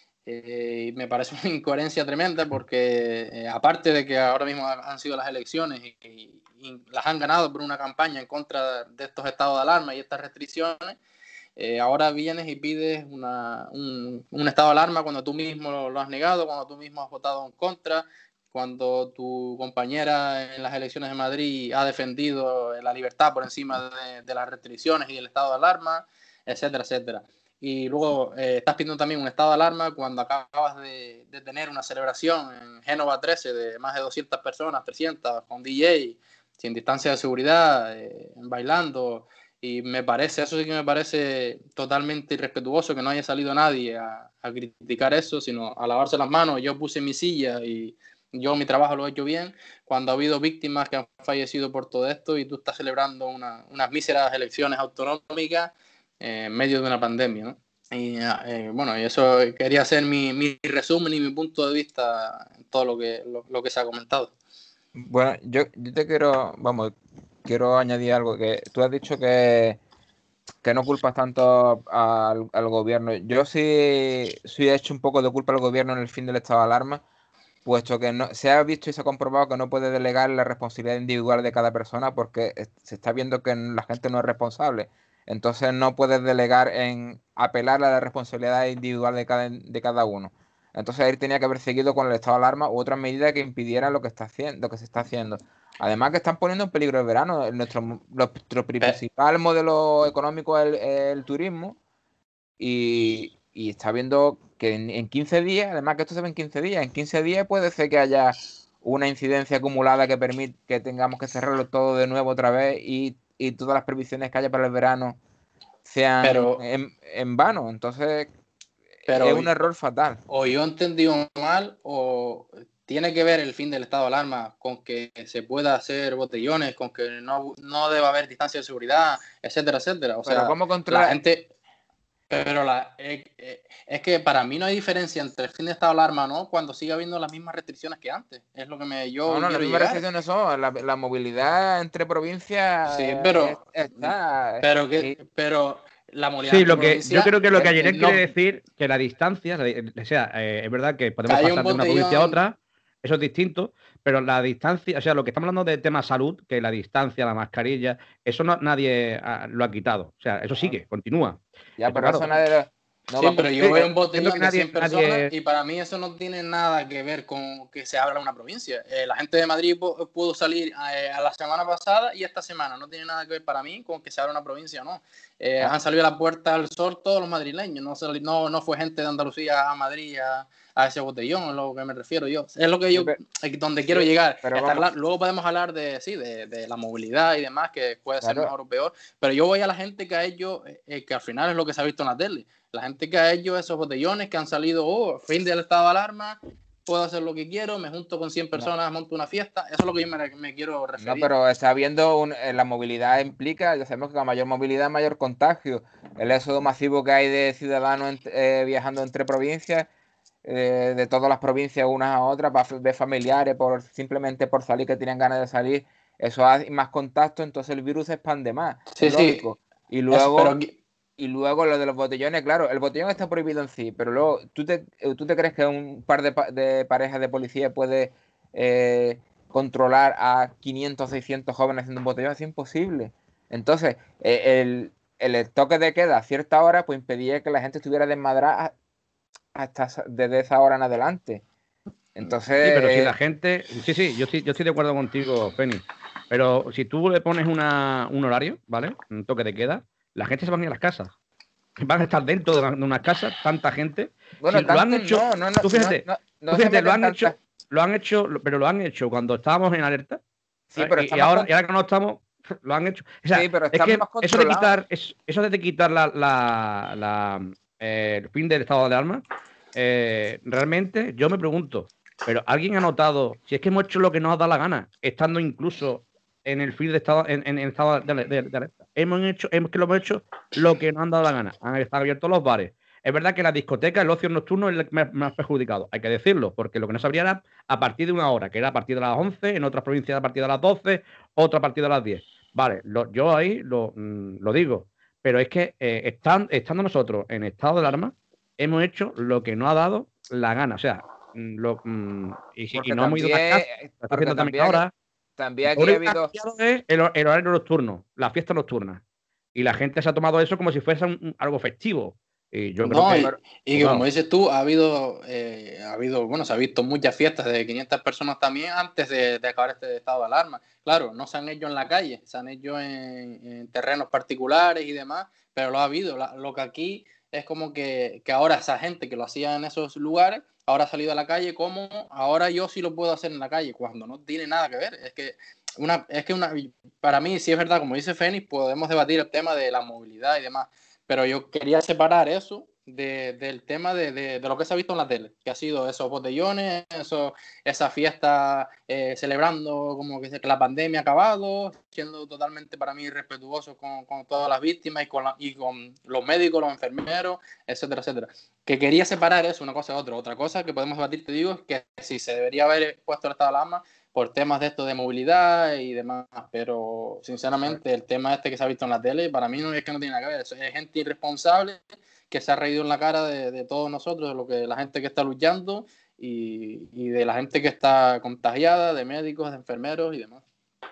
[SPEAKER 3] Y me parece una incoherencia tremenda porque aparte de que ahora mismo han sido las elecciones y las han ganado por una campaña en contra de estos estados de alarma y estas restricciones, ahora vienes y pides un estado de alarma cuando tú mismo lo has negado, cuando tú mismo has votado en contra, cuando tu compañera en las elecciones de Madrid ha defendido la libertad por encima de las restricciones y del estado de alarma, etcétera, etcétera. Y luego estás pidiendo también un estado de alarma cuando acabas de tener una celebración en Génova 13 de más de 200 personas, 300, con DJ, sin distancia de seguridad, bailando. Y eso sí que me parece totalmente irrespetuoso que no haya salido nadie a criticar eso, sino a lavarse las manos. Yo puse mi silla y yo mi trabajo lo he hecho bien, cuando ha habido víctimas que han fallecido por todo esto y tú estás celebrando unas míseras elecciones autonómicas en medio de una pandemia, ¿no? Y bueno, y eso quería hacer mi resumen y mi punto de vista en todo lo que se ha comentado.
[SPEAKER 2] Bueno, yo te quiero añadir algo, que tú has dicho que no culpas tanto al gobierno. Yo sí he hecho un poco de culpa al gobierno en el fin del estado de alarma, puesto que no, se ha visto y se ha comprobado que no puede delegar la responsabilidad individual de cada persona porque se está viendo que la gente no es responsable. Entonces no puedes delegar en apelar a la responsabilidad individual de cada uno. Entonces él tenía que haber seguido con el estado de alarma u otras medidas que impidieran lo que se está haciendo. Además que están poniendo en peligro el verano. Nuestro principal modelo económico es el turismo y está viendo que en 15 días, además que esto se ve en 15 días, en 15 días puede ser que haya una incidencia acumulada que permite que tengamos que cerrarlo todo de nuevo otra vez y todas las previsiones que haya para el verano sean en vano. Entonces es un error fatal.
[SPEAKER 3] O yo he entendido mal o tiene que ver el fin del estado de alarma con que se pueda hacer botellones, con que no deba haber distancia de seguridad, etcétera, etcétera. O sea,
[SPEAKER 2] ¿cómo controlar?
[SPEAKER 3] La gente... Pero es que para mí no hay diferencia entre el fin de estado de alarma, ¿no? Cuando sigue habiendo las mismas restricciones que antes. Es lo que las
[SPEAKER 2] mismas restricciones son la movilidad entre provincias.
[SPEAKER 3] Sí, pero la movilidad.
[SPEAKER 1] Sí, yo creo que lo que Ayelet quiere decir que la distancia, o sea, es verdad que podemos pasar de una provincia a otra, eso es distinto, pero la distancia, o sea, lo que estamos hablando de tema salud, que la distancia, la mascarilla, eso nadie lo ha quitado. O sea, eso sigue, continúa.
[SPEAKER 2] Ya, pero claro, eso nadie
[SPEAKER 3] pero yo veo un botellón de 100 personas y para mí eso no tiene nada que ver con que se abra una provincia. La gente de Madrid pudo salir a la semana pasada y esta semana. No tiene nada que ver para mí con que se abra una provincia o no. Han salido a la Puerta del Sol todos los madrileños. No fue gente de Andalucía a Madrid a ese botellón, es lo que me refiero yo. Es lo que yo, donde quiero llegar. Luego podemos hablar de la movilidad y demás, que puede ser mejor o peor, pero yo voy a la gente que ha hecho, que al final es lo que se ha visto en la tele, la gente que ha hecho esos botellones, que han salido, fin del estado de alarma, puedo hacer lo que quiero, me junto con 100 personas, monto una fiesta, eso es lo que yo me quiero referir.
[SPEAKER 2] No, pero está viendo la movilidad implica, ya sabemos que a mayor movilidad, mayor contagio. El éxodo masivo que hay de ciudadanos viajando entre provincias, de todas las provincias unas a otras, para ver familiares, simplemente por salir, que tienen ganas de salir, eso hace más contacto, entonces el virus se expande más.
[SPEAKER 3] Sí,
[SPEAKER 2] es lógico. Y luego... Y luego lo de los botellones, claro, el botellón está prohibido en sí, pero luego, ¿tú te crees que un par de parejas de policía puede controlar a 500 o 600 jóvenes haciendo un botellón? Es imposible. Entonces, el toque de queda a cierta hora pues impedía que la gente estuviera desmadrada hasta desde esa hora en adelante. Entonces...
[SPEAKER 1] Sí, pero si la gente... Sí, yo estoy de acuerdo contigo, Penny. Pero si tú le pones un horario, ¿vale? Un toque de queda, la gente se va a ir a las casas. Van a estar dentro de una casa, tanta gente.
[SPEAKER 2] Bueno,
[SPEAKER 1] si lo han hecho, tú fíjate, lo han hecho, pero lo han hecho cuando estábamos en alerta.
[SPEAKER 2] Sí, pero
[SPEAKER 1] y ahora que no estamos, lo han hecho. O sea,
[SPEAKER 2] sí, pero
[SPEAKER 1] es que eso de quitar el fin del estado de alarma, realmente yo me pregunto, pero ¿alguien ha notado si es que hemos hecho lo que nos ha dado la gana, estando incluso en el fin de estado, en el estado de alerta? Hemos hecho lo que nos han dado la gana. Han estado abiertos los bares, Es verdad que la discoteca, el ocio nocturno es el más perjudicado, hay que decirlo, porque lo que no se abría era a partir de una hora, que era a partir de las 11, en otras provincias a partir de las 12, otra a partir de las 10. Vale, yo ahí lo digo, pero es que estando nosotros en estado de alarma, hemos hecho lo que no ha dado la gana. O sea, y no hemos ido a las casas, lo estoy haciendo también ahora.
[SPEAKER 2] También
[SPEAKER 1] Lo
[SPEAKER 2] aquí ha
[SPEAKER 1] único que ha
[SPEAKER 2] habido...
[SPEAKER 1] cambiado es el horario nocturno, la fiesta nocturna. Y la gente se ha tomado eso como si fuese algo festivo. Y yo creo
[SPEAKER 3] No,
[SPEAKER 1] que...
[SPEAKER 3] y
[SPEAKER 1] Bueno,
[SPEAKER 3] como dices tú, ha habido, bueno, se ha visto muchas fiestas de 500 personas también antes de acabar este estado de alarma. Claro, no se han hecho en la calle, se han hecho en terrenos particulares y demás, pero lo ha habido. Lo que aquí es como que ahora esa gente que lo hacía en esos lugares, ahora ha salido a la calle, como ahora yo sí lo puedo hacer en la calle, cuando no tiene nada que ver. Para mí, sí es verdad, como dice Fénix, podemos debatir el tema de la movilidad y demás, pero yo quería separar eso del tema de lo que se ha visto en la tele, que ha sido esos botellones, esa fiesta celebrando como que la pandemia ha acabado, siendo totalmente para mí irrespetuosos con todas las víctimas y con los médicos, los enfermeros, etcétera, etcétera. Que quería separar eso, una cosa de otra. Otra cosa que podemos debatir, te digo, es que si se debería haber puesto el estado de alarma por temas de esto de movilidad y demás, pero sinceramente el tema este que se ha visto en la tele, para mí no es que no tiene nada que ver, es gente irresponsable que se ha reído en la cara de todos nosotros, de lo que la gente que está luchando y de la gente que está contagiada, de médicos, de enfermeros y demás.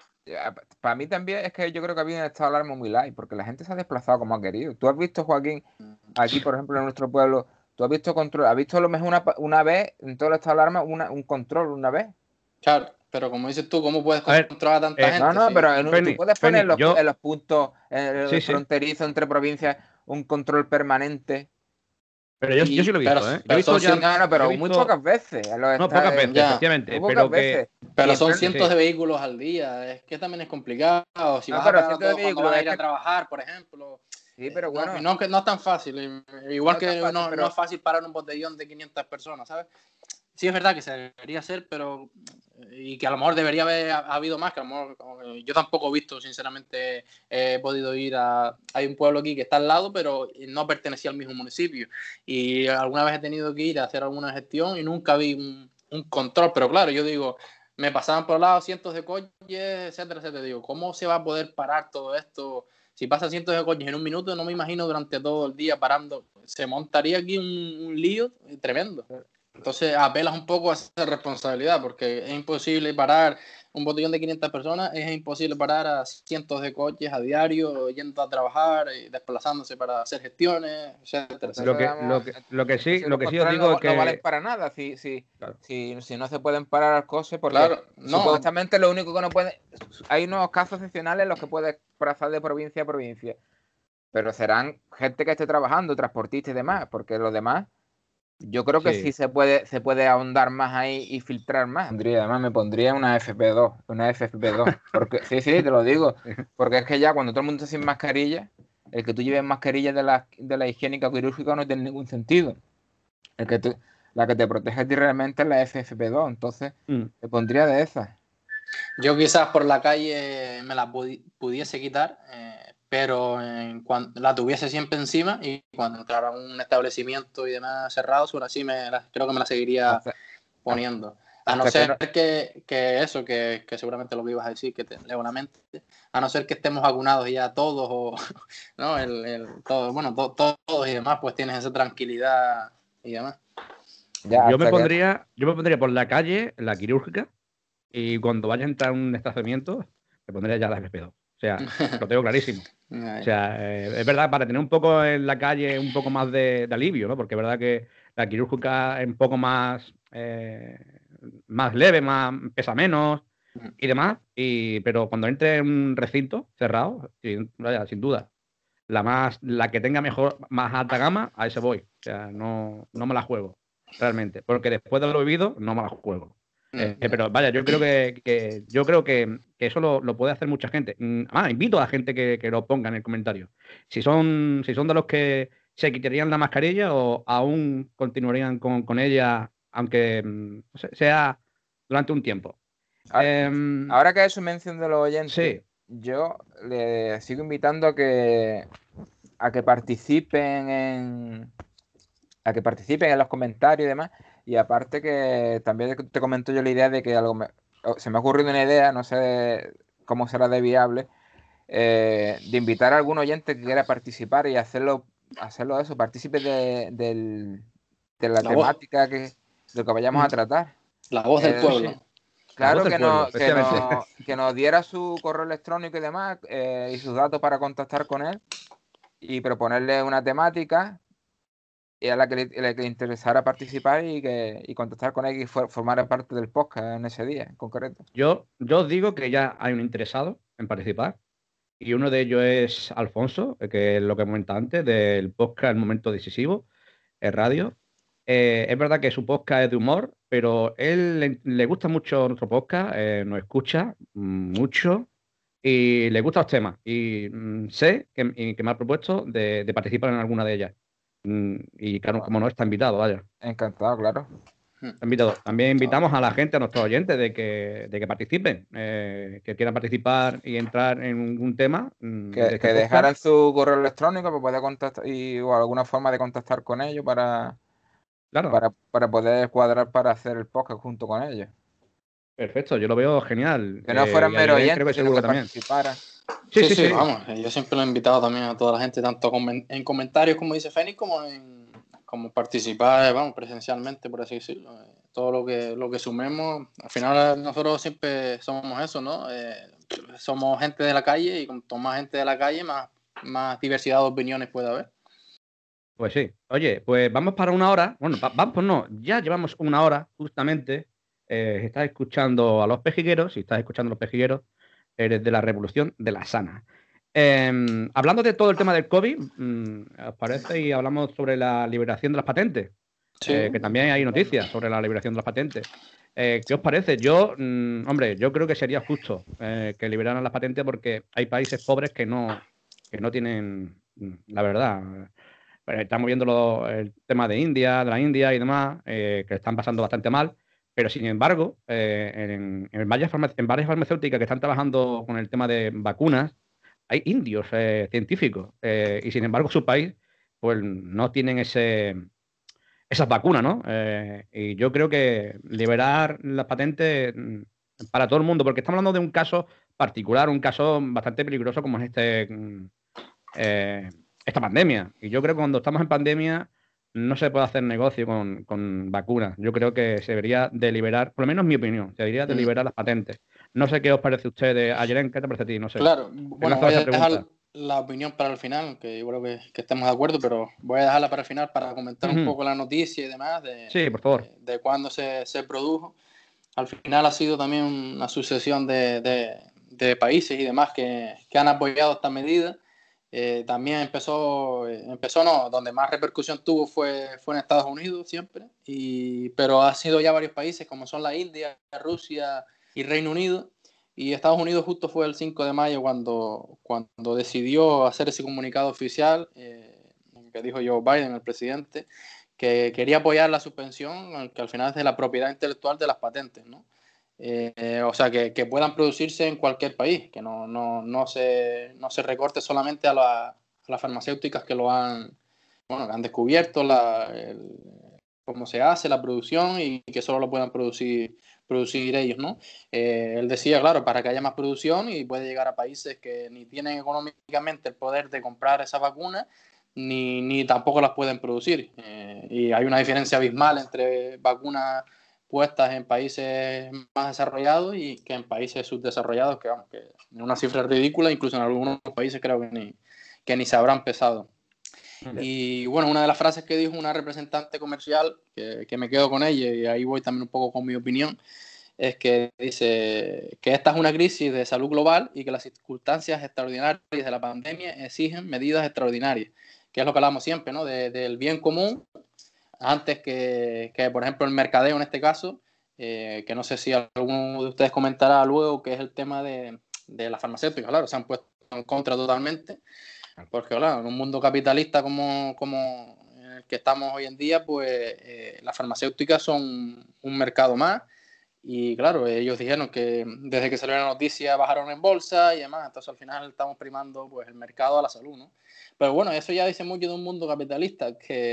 [SPEAKER 2] Para mí también es que yo creo que había un estado de alarma muy light, porque la gente se ha desplazado como ha querido. Tú has visto, Joaquín, aquí por ejemplo en nuestro pueblo, tú has visto control, has visto a lo mejor una vez en todo el estado de alarma un control una vez.
[SPEAKER 3] Claro, pero como dices tú, ¿cómo puedes
[SPEAKER 1] A ver,
[SPEAKER 3] controlar a tanta gente?
[SPEAKER 2] No,
[SPEAKER 3] Sí.
[SPEAKER 2] pero tú puedes poner
[SPEAKER 1] Fénix,
[SPEAKER 2] en los puntos
[SPEAKER 1] sí,
[SPEAKER 2] fronterizos entre provincias un control permanente.
[SPEAKER 1] pero yo sí lo he visto, ¿eh? Yo he visto
[SPEAKER 3] son
[SPEAKER 1] ya...
[SPEAKER 2] pero muy pocas veces.
[SPEAKER 1] No, pocas veces,
[SPEAKER 3] ya,
[SPEAKER 1] efectivamente,
[SPEAKER 2] muy
[SPEAKER 1] pero
[SPEAKER 2] pocas veces.
[SPEAKER 3] Pero son
[SPEAKER 2] Siempre,
[SPEAKER 3] cientos de vehículos al día, es que también es complicado. Si
[SPEAKER 2] no,
[SPEAKER 3] vas a
[SPEAKER 2] pero
[SPEAKER 3] parar a
[SPEAKER 2] cientos de
[SPEAKER 3] todos cuando
[SPEAKER 2] vehículos,
[SPEAKER 3] vas a
[SPEAKER 2] es
[SPEAKER 3] ir a
[SPEAKER 2] que...
[SPEAKER 3] trabajar, por ejemplo.
[SPEAKER 2] Sí, pero bueno.
[SPEAKER 3] No es tan fácil. Igual
[SPEAKER 2] No es
[SPEAKER 3] que
[SPEAKER 2] tan fácil, pero...
[SPEAKER 3] no es fácil parar un botellón de 500 personas, ¿sabes? Sí, es verdad que se debería hacer, pero. Y que a lo mejor debería haber habido más, que a lo mejor yo tampoco he visto, sinceramente, he podido ir a. Hay un pueblo aquí que está al lado, pero no pertenecía al mismo municipio. Y alguna vez he tenido que ir a hacer alguna gestión y nunca vi un control. Pero claro, yo digo, me pasaban por el lado cientos de coches, etcétera, etcétera. Digo, ¿cómo se va a poder parar todo esto? Si pasan cientos de coches en un minuto, no me imagino durante todo el día parando. Se montaría aquí un lío tremendo. Entonces apelas un poco a esa responsabilidad, porque es imposible parar un botellón de 500 personas, es imposible parar a cientos de coches a diario, yendo a trabar, y desplazándose para hacer gestiones, etcétera, etcétera.
[SPEAKER 1] Lo que sí
[SPEAKER 2] los
[SPEAKER 1] os digo
[SPEAKER 2] no,
[SPEAKER 1] es que...
[SPEAKER 2] no valen para nada
[SPEAKER 1] Claro.
[SPEAKER 2] si no se pueden parar al coche, porque
[SPEAKER 3] Claro, no.
[SPEAKER 2] supuestamente lo único que no puede... Hay unos casos excepcionales en los que puedes pasar de provincia a provincia, pero serán gente que esté trabajando, transportistas y demás, porque los demás... Yo creo que sí se puede ahondar más ahí y filtrar más. Además me pondría una FFP2. Porque, sí, te lo digo. Porque es que ya cuando todo el mundo está sin mascarilla, el que tú lleves mascarilla de la higiénica quirúrgica no tiene ningún sentido. La que te protege a ti realmente es la FFP2. Entonces, me pondría de esas.
[SPEAKER 3] Yo quizás por la calle me la pudiese quitar, pero cuando la tuviese siempre encima y cuando entrara a un establecimiento y demás cerrado, ahora sí creo que me la seguiría poniendo. A no ser que eso, que seguramente lo que ibas a decir, que te leo la mente, a no ser que estemos vacunados ya todos, o ¿no? Todos y demás, pues tienes esa tranquilidad y demás.
[SPEAKER 1] Yo me pondría por la calle, la quirúrgica, y cuando vaya a entrar a un estacionamiento, me pondría ya la FP2. O sea, lo tengo clarísimo. O sea, es verdad, para tener un poco en la calle un poco más de alivio, ¿no? Porque es verdad que la quirúrgica es un poco más leve, pesa menos y demás. Pero cuando entre en un recinto cerrado, sin duda, la que tenga más alta gama, a ese voy. O sea, no me la juego, realmente. Porque después de lo vivido, no me la juego. Pero vaya, yo creo que eso lo puede hacer mucha gente. Invito a la gente que lo ponga en el comentario. Si son de los que se quitarían la mascarilla o aún continuarían con ella, aunque sea durante un tiempo.
[SPEAKER 2] Ahora que eso mención de los oyentes,
[SPEAKER 1] sí.
[SPEAKER 2] Yo le sigo invitando a que participen a que participen en los comentarios y demás. Y aparte que también te comento yo la idea de que se me ha ocurrido una idea, no sé cómo será de viable, de invitar a algún oyente que quiera participar y hacerlo eso, partícipe de la
[SPEAKER 3] La voz,
[SPEAKER 2] temática de lo que vayamos a tratar.
[SPEAKER 3] la voz del
[SPEAKER 2] Eh,
[SPEAKER 1] Sí, sí.
[SPEAKER 3] pueblo.
[SPEAKER 1] La voz
[SPEAKER 2] Claro
[SPEAKER 1] del
[SPEAKER 2] que,
[SPEAKER 1] pueblo,
[SPEAKER 2] no, que,
[SPEAKER 1] efectivamente.
[SPEAKER 2] no, que nos diera su correo electrónico y demás, y sus datos para contactar con él y proponerle una temática y a la que le interesara participar y contactar con él y formar parte del podcast en ese día en concreto.
[SPEAKER 1] Yo os digo que ya hay un interesado en participar y uno de ellos es Alfonso, que es lo que comentaba antes, del podcast El Momento Decisivo, en radio. Es verdad que su podcast es de humor, pero él le gusta mucho nuestro podcast, nos escucha mucho y le gustan los temas. Y sé que me ha propuesto de participar en alguna de ellas. Y claro, como no, está invitado, vaya.
[SPEAKER 2] Encantado, claro.
[SPEAKER 1] Está invitado. También invitamos a la gente, a nuestros oyentes, de que participen, que quieran participar y entrar en un tema de
[SPEAKER 2] Que
[SPEAKER 1] este podcast.
[SPEAKER 2] dejaran su correo electrónico para poder contactar o alguna forma de contactar con ellos
[SPEAKER 1] Claro,
[SPEAKER 2] para poder cuadrar para hacer el podcast junto con ellos.
[SPEAKER 1] perfecto, yo lo veo genial.
[SPEAKER 2] Que no fueran
[SPEAKER 1] Y a
[SPEAKER 2] mero
[SPEAKER 1] Irene creo
[SPEAKER 2] oyentes,
[SPEAKER 1] que
[SPEAKER 2] sino
[SPEAKER 1] seguro
[SPEAKER 2] que
[SPEAKER 1] que también.
[SPEAKER 2] participaran.
[SPEAKER 1] Sí,
[SPEAKER 3] Sí,
[SPEAKER 1] sí,
[SPEAKER 3] sí,
[SPEAKER 1] sí.
[SPEAKER 3] vamos. Yo siempre lo he invitado también a toda la gente, tanto en comentarios, como dice Fénix, como participar, vamos, presencialmente, por así decirlo. Todo lo que sumemos, al final nosotros siempre somos eso, ¿no? Somos gente de la calle y cuanto más gente de la calle, más diversidad de opiniones puede haber.
[SPEAKER 1] Pues sí. Oye, pues vamos para una hora. Bueno, vamos, pues no, ya llevamos una hora justamente. Si estás escuchando a los pejigueros, si estás escuchando a los pejigueros, eres de la Revolución de la Sana. Hablando de todo el tema del COVID, ¿os parece? Y hablamos sobre la liberación de las patentes,
[SPEAKER 3] Sí.
[SPEAKER 1] que también hay noticias sobre la liberación de las patentes. ¿Qué os parece? Yo, hombre, yo creo que sería justo que liberaran las patentes porque hay países pobres que no tienen, la verdad. Estamos viendo el tema de la India y demás, que están pasando bastante mal, pero sin embargo, en varias farmacéuticas que están trabajando con el tema de vacunas, hay indios científicos, y sin embargo su país pues no tienen esas vacunas, ¿no? Y yo creo que liberar las patentes para todo el mundo, porque estamos hablando de un caso particular, un caso bastante peligroso como es esta pandemia. Y yo creo que cuando estamos en pandemia no se puede hacer negocio con vacunas. Yo creo que se debería de liberar, por lo menos mi opinión, se debería de liberar las patentes. No sé qué os parece a ustedes. Ayer, ¿qué te parece a ti? No sé.
[SPEAKER 3] Claro,
[SPEAKER 1] Te
[SPEAKER 3] bueno,
[SPEAKER 1] lanzo
[SPEAKER 3] voy
[SPEAKER 1] esa
[SPEAKER 3] a
[SPEAKER 1] pregunta.
[SPEAKER 3] dejar la opinión para el final, aunque yo creo que estemos de acuerdo, pero voy a dejarla para el final para comentar un
[SPEAKER 1] Ujú.
[SPEAKER 3] poco la noticia y demás de,
[SPEAKER 1] Sí, por favor.
[SPEAKER 3] de cuándo se produjo. Al final ha sido también una sucesión de países y demás que han apoyado esta medida. También empezó no, donde más repercusión tuvo fue en Estados Unidos siempre, pero ha sido ya varios países como son la India, Rusia y Reino Unido. Y Estados Unidos justo fue el 5 de mayo cuando decidió hacer ese comunicado oficial que dijo Joe Biden, el presidente, que quería apoyar la suspensión, que al final es de la propiedad intelectual de las patentes, ¿no? O sea, que puedan producirse en cualquier país, que no se recorte solamente a las farmacéuticas que que han descubierto cómo se hace la producción y que solo lo puedan producir ellos, ¿no? Él decía, claro, para que haya más producción y puede llegar a países que ni tienen económicamente el poder de comprar esas vacunas, ni tampoco las pueden producir. Y hay una diferencia abismal entre vacunas puestas en países más desarrollados y que en países subdesarrollados, que vamos, que es una cifra ridícula, incluso en algunos países creo que ni se habrán pesado. Y bueno, una de las frases que dijo una representante comercial, que me quedo con ella y ahí voy también un poco con mi opinión, es que dice que esta es una crisis de salud global y que las circunstancias extraordinarias de la pandemia exigen medidas extraordinarias, que es lo que hablamos siempre, ¿no? Del bien común, antes por ejemplo, el mercadeo en este caso, que no sé si alguno de ustedes comentará luego, que es el tema de la farmacéutica, claro, se han puesto en contra totalmente, porque claro, en un mundo capitalista como en el que estamos hoy en día, pues las farmacéuticas son un mercado más. Y claro, ellos dijeron que desde que salió la noticia bajaron en bolsa y demás, entonces al final estamos primando pues el mercado a la salud, ¿no? Pero bueno, eso ya dice mucho de un mundo capitalista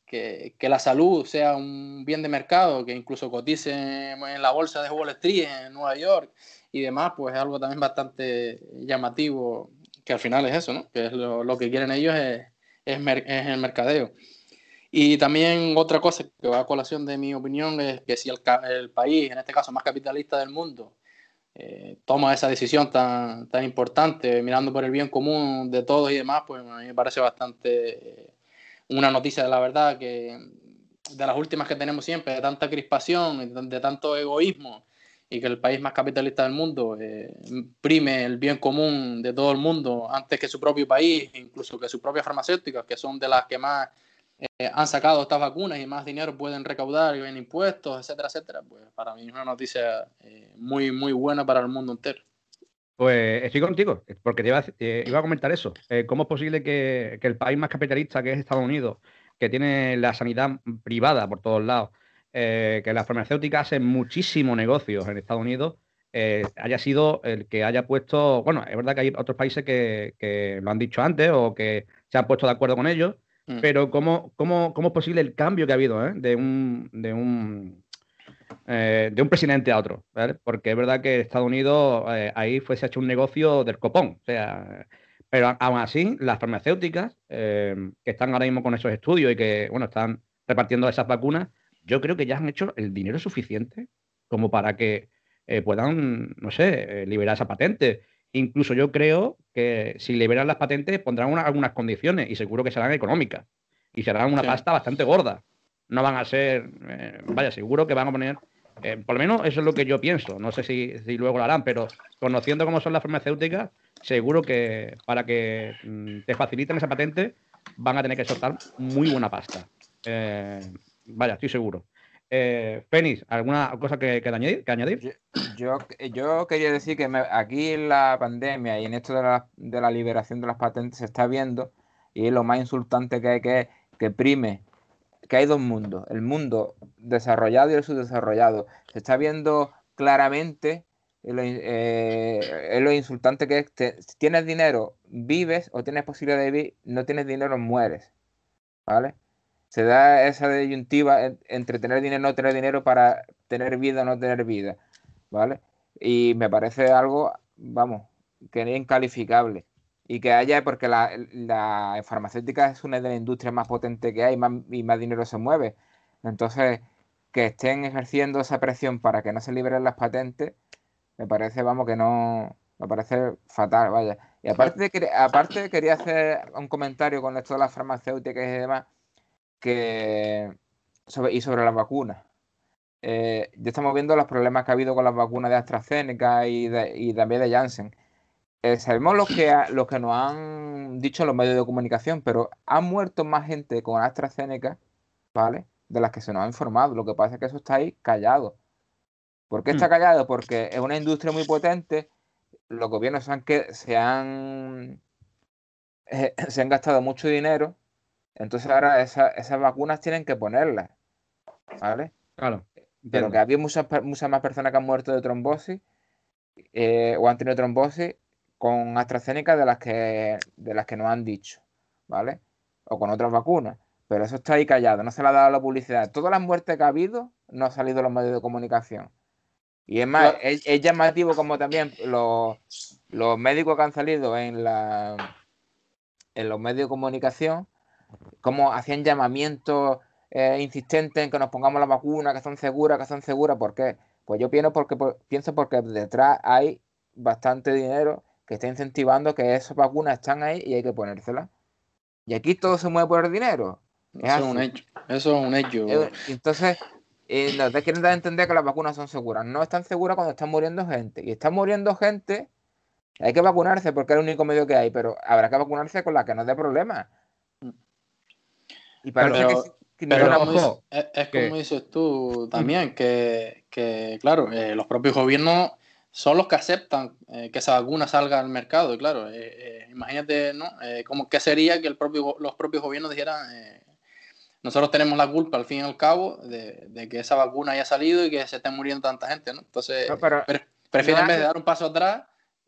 [SPEAKER 3] la salud sea un bien de mercado, que incluso cotice en la bolsa de Wall Street en Nueva York y demás, pues es algo también bastante llamativo, que al final es eso, ¿no? Que es lo que quieren ellos es el mercadeo. Y también otra cosa que va a colación de mi opinión es que si el país, en este caso más capitalista del mundo, toma esa decisión tan importante, mirando por el bien común de todos y demás, pues a mí me parece bastante una noticia de la verdad, que de las últimas que tenemos siempre, de tanta crispación, de tanto egoísmo, y que el país más capitalista del mundo prime el bien común de todo el mundo antes que su propio país, incluso que sus propias farmacéuticas, que son de las que más han sacado estas vacunas y más dinero pueden recaudar en impuestos, etcétera, etcétera. Pues para mí es una noticia muy, muy buena para el mundo entero.
[SPEAKER 1] Pues estoy contigo, porque iba a comentar eso. ¿Cómo es posible que el país más capitalista, que es Estados Unidos, que tiene la sanidad privada por todos lados, que las farmacéuticas hacen muchísimo negocios en Estados Unidos, haya sido el que haya puesto... Bueno, es verdad que hay otros países que lo han dicho antes o que se han puesto de acuerdo con ellos, pero ¿cómo es posible el cambio que ha habido de un presidente a otro, ¿vale? Porque es verdad que Estados Unidos ahí se ha hecho un negocio del copón, o sea, pero aún así las farmacéuticas que están ahora mismo con esos estudios y que, bueno, están repartiendo esas vacunas, yo creo que ya han hecho el dinero suficiente como para que puedan, no sé, liberar esa patente. Incluso yo creo que si liberan las patentes pondrán algunas condiciones y seguro que serán económicas y serán una pasta bastante gorda. No van a ser, vaya, seguro que van a poner, por lo menos eso es lo que yo pienso. No sé si luego lo harán, pero conociendo cómo son las farmacéuticas, seguro que para que te faciliten esa patente van a tener que soltar muy buena pasta. Vaya, estoy seguro. Fénix, ¿alguna cosa que añadir?
[SPEAKER 2] Yo quería decir que aquí en la pandemia y en esto de la liberación de las patentes se está viendo, y lo más insultante que hay que prime, que hay dos mundos, el mundo desarrollado y el subdesarrollado. Se está viendo claramente lo insultante que es. Si tienes dinero, vives, o tienes posibilidad de vivir; no tienes dinero, mueres, ¿vale? Se da esa disyuntiva entre tener dinero y no tener dinero para tener vida o no tener vida, ¿vale? Y me parece algo, vamos, que es incalificable. Y que haya, porque la farmacéutica es una de las industrias más potentes que hay y más dinero se mueve. Entonces, que estén ejerciendo esa presión para que no se liberen las patentes, me parece, vamos, que no... Me parece fatal, vaya. Y aparte quería hacer un comentario con esto de las farmacéuticas y demás, sobre las vacunas. Ya estamos viendo los problemas que ha habido con las vacunas de AstraZeneca y también de Janssen. Sabemos lo que nos han dicho los medios de comunicación, pero ha muerto más gente con AstraZeneca, ¿vale?, de las que se nos ha informado. Lo que pasa es que eso está ahí callado. ¿Por qué está callado? Porque es una industria muy potente. Los gobiernos se han gastado mucho dinero. Entonces ahora esas vacunas tienen que ponerlas, ¿vale?
[SPEAKER 1] Claro.
[SPEAKER 2] Pero que había muchas más personas que han muerto de trombosis o han tenido trombosis con AstraZeneca de las que nos han dicho, ¿vale? O con otras vacunas. Pero eso está ahí callado, no se le ha dado la publicidad. Todas las muertes que ha habido no han salido en los medios de comunicación. Y es más, es llamativo como también los médicos que han salido en los medios de comunicación, como hacían llamamientos insistentes en que nos pongamos las vacunas, que son seguras, ¿Por qué? Pues yo pienso porque detrás hay bastante dinero que está incentivando que esas vacunas están ahí y hay que ponérselas. Y aquí todo se mueve por el dinero.
[SPEAKER 3] Eso es un hecho.
[SPEAKER 2] Entonces, nos quieren dar a entender que las vacunas son seguras. No están seguras cuando están muriendo gente. Y están muriendo gente, hay que vacunarse porque es el único medio que hay, pero habrá que vacunarse con la que no dé problemas. Y parece
[SPEAKER 3] como dices tú también, que claro, los propios gobiernos son los que aceptan que esa vacuna salga al mercado. Y claro, imagínate, ¿no? ¿Qué sería que los propios gobiernos dijeran nosotros tenemos la culpa al fin y al cabo de que esa vacuna haya salido y que se esté muriendo tanta gente, ¿no? Entonces, prefieren, en vez de dar un paso atrás,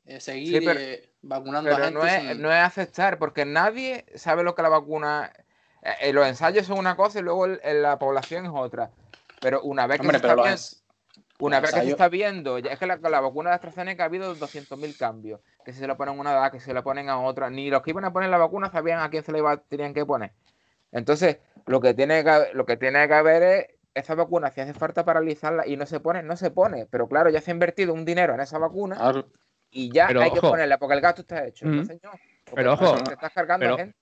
[SPEAKER 3] seguir vacunando a gente.
[SPEAKER 2] No es aceptar, porque nadie sabe lo que la vacuna Los ensayos son una cosa y luego la población es otra. Pero una vez que se está viendo, que se está viendo, ya es que la vacuna de AstraZeneca ha habido 200.000 cambios. Que si se lo ponen a una edad, que se la ponen a otra. Ni los que iban a poner la vacuna sabían a quién se la tenían que poner. Entonces, lo que tiene que haber es esa vacuna, si hace falta paralizarla y no se pone. Pero claro, ya se ha invertido un dinero en esa vacuna y ya hay que ponerla porque el gasto está hecho. Entonces, no.
[SPEAKER 1] Pero ojo,
[SPEAKER 2] te estás cargando a gente.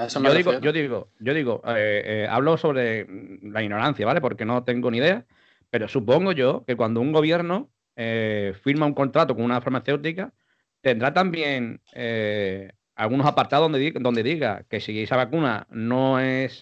[SPEAKER 1] Yo digo, hablo sobre la ignorancia, ¿vale? Porque no tengo ni idea, pero supongo yo que cuando un gobierno firma un contrato con una farmacéutica, tendrá también algunos apartados donde diga que si esa vacuna no es,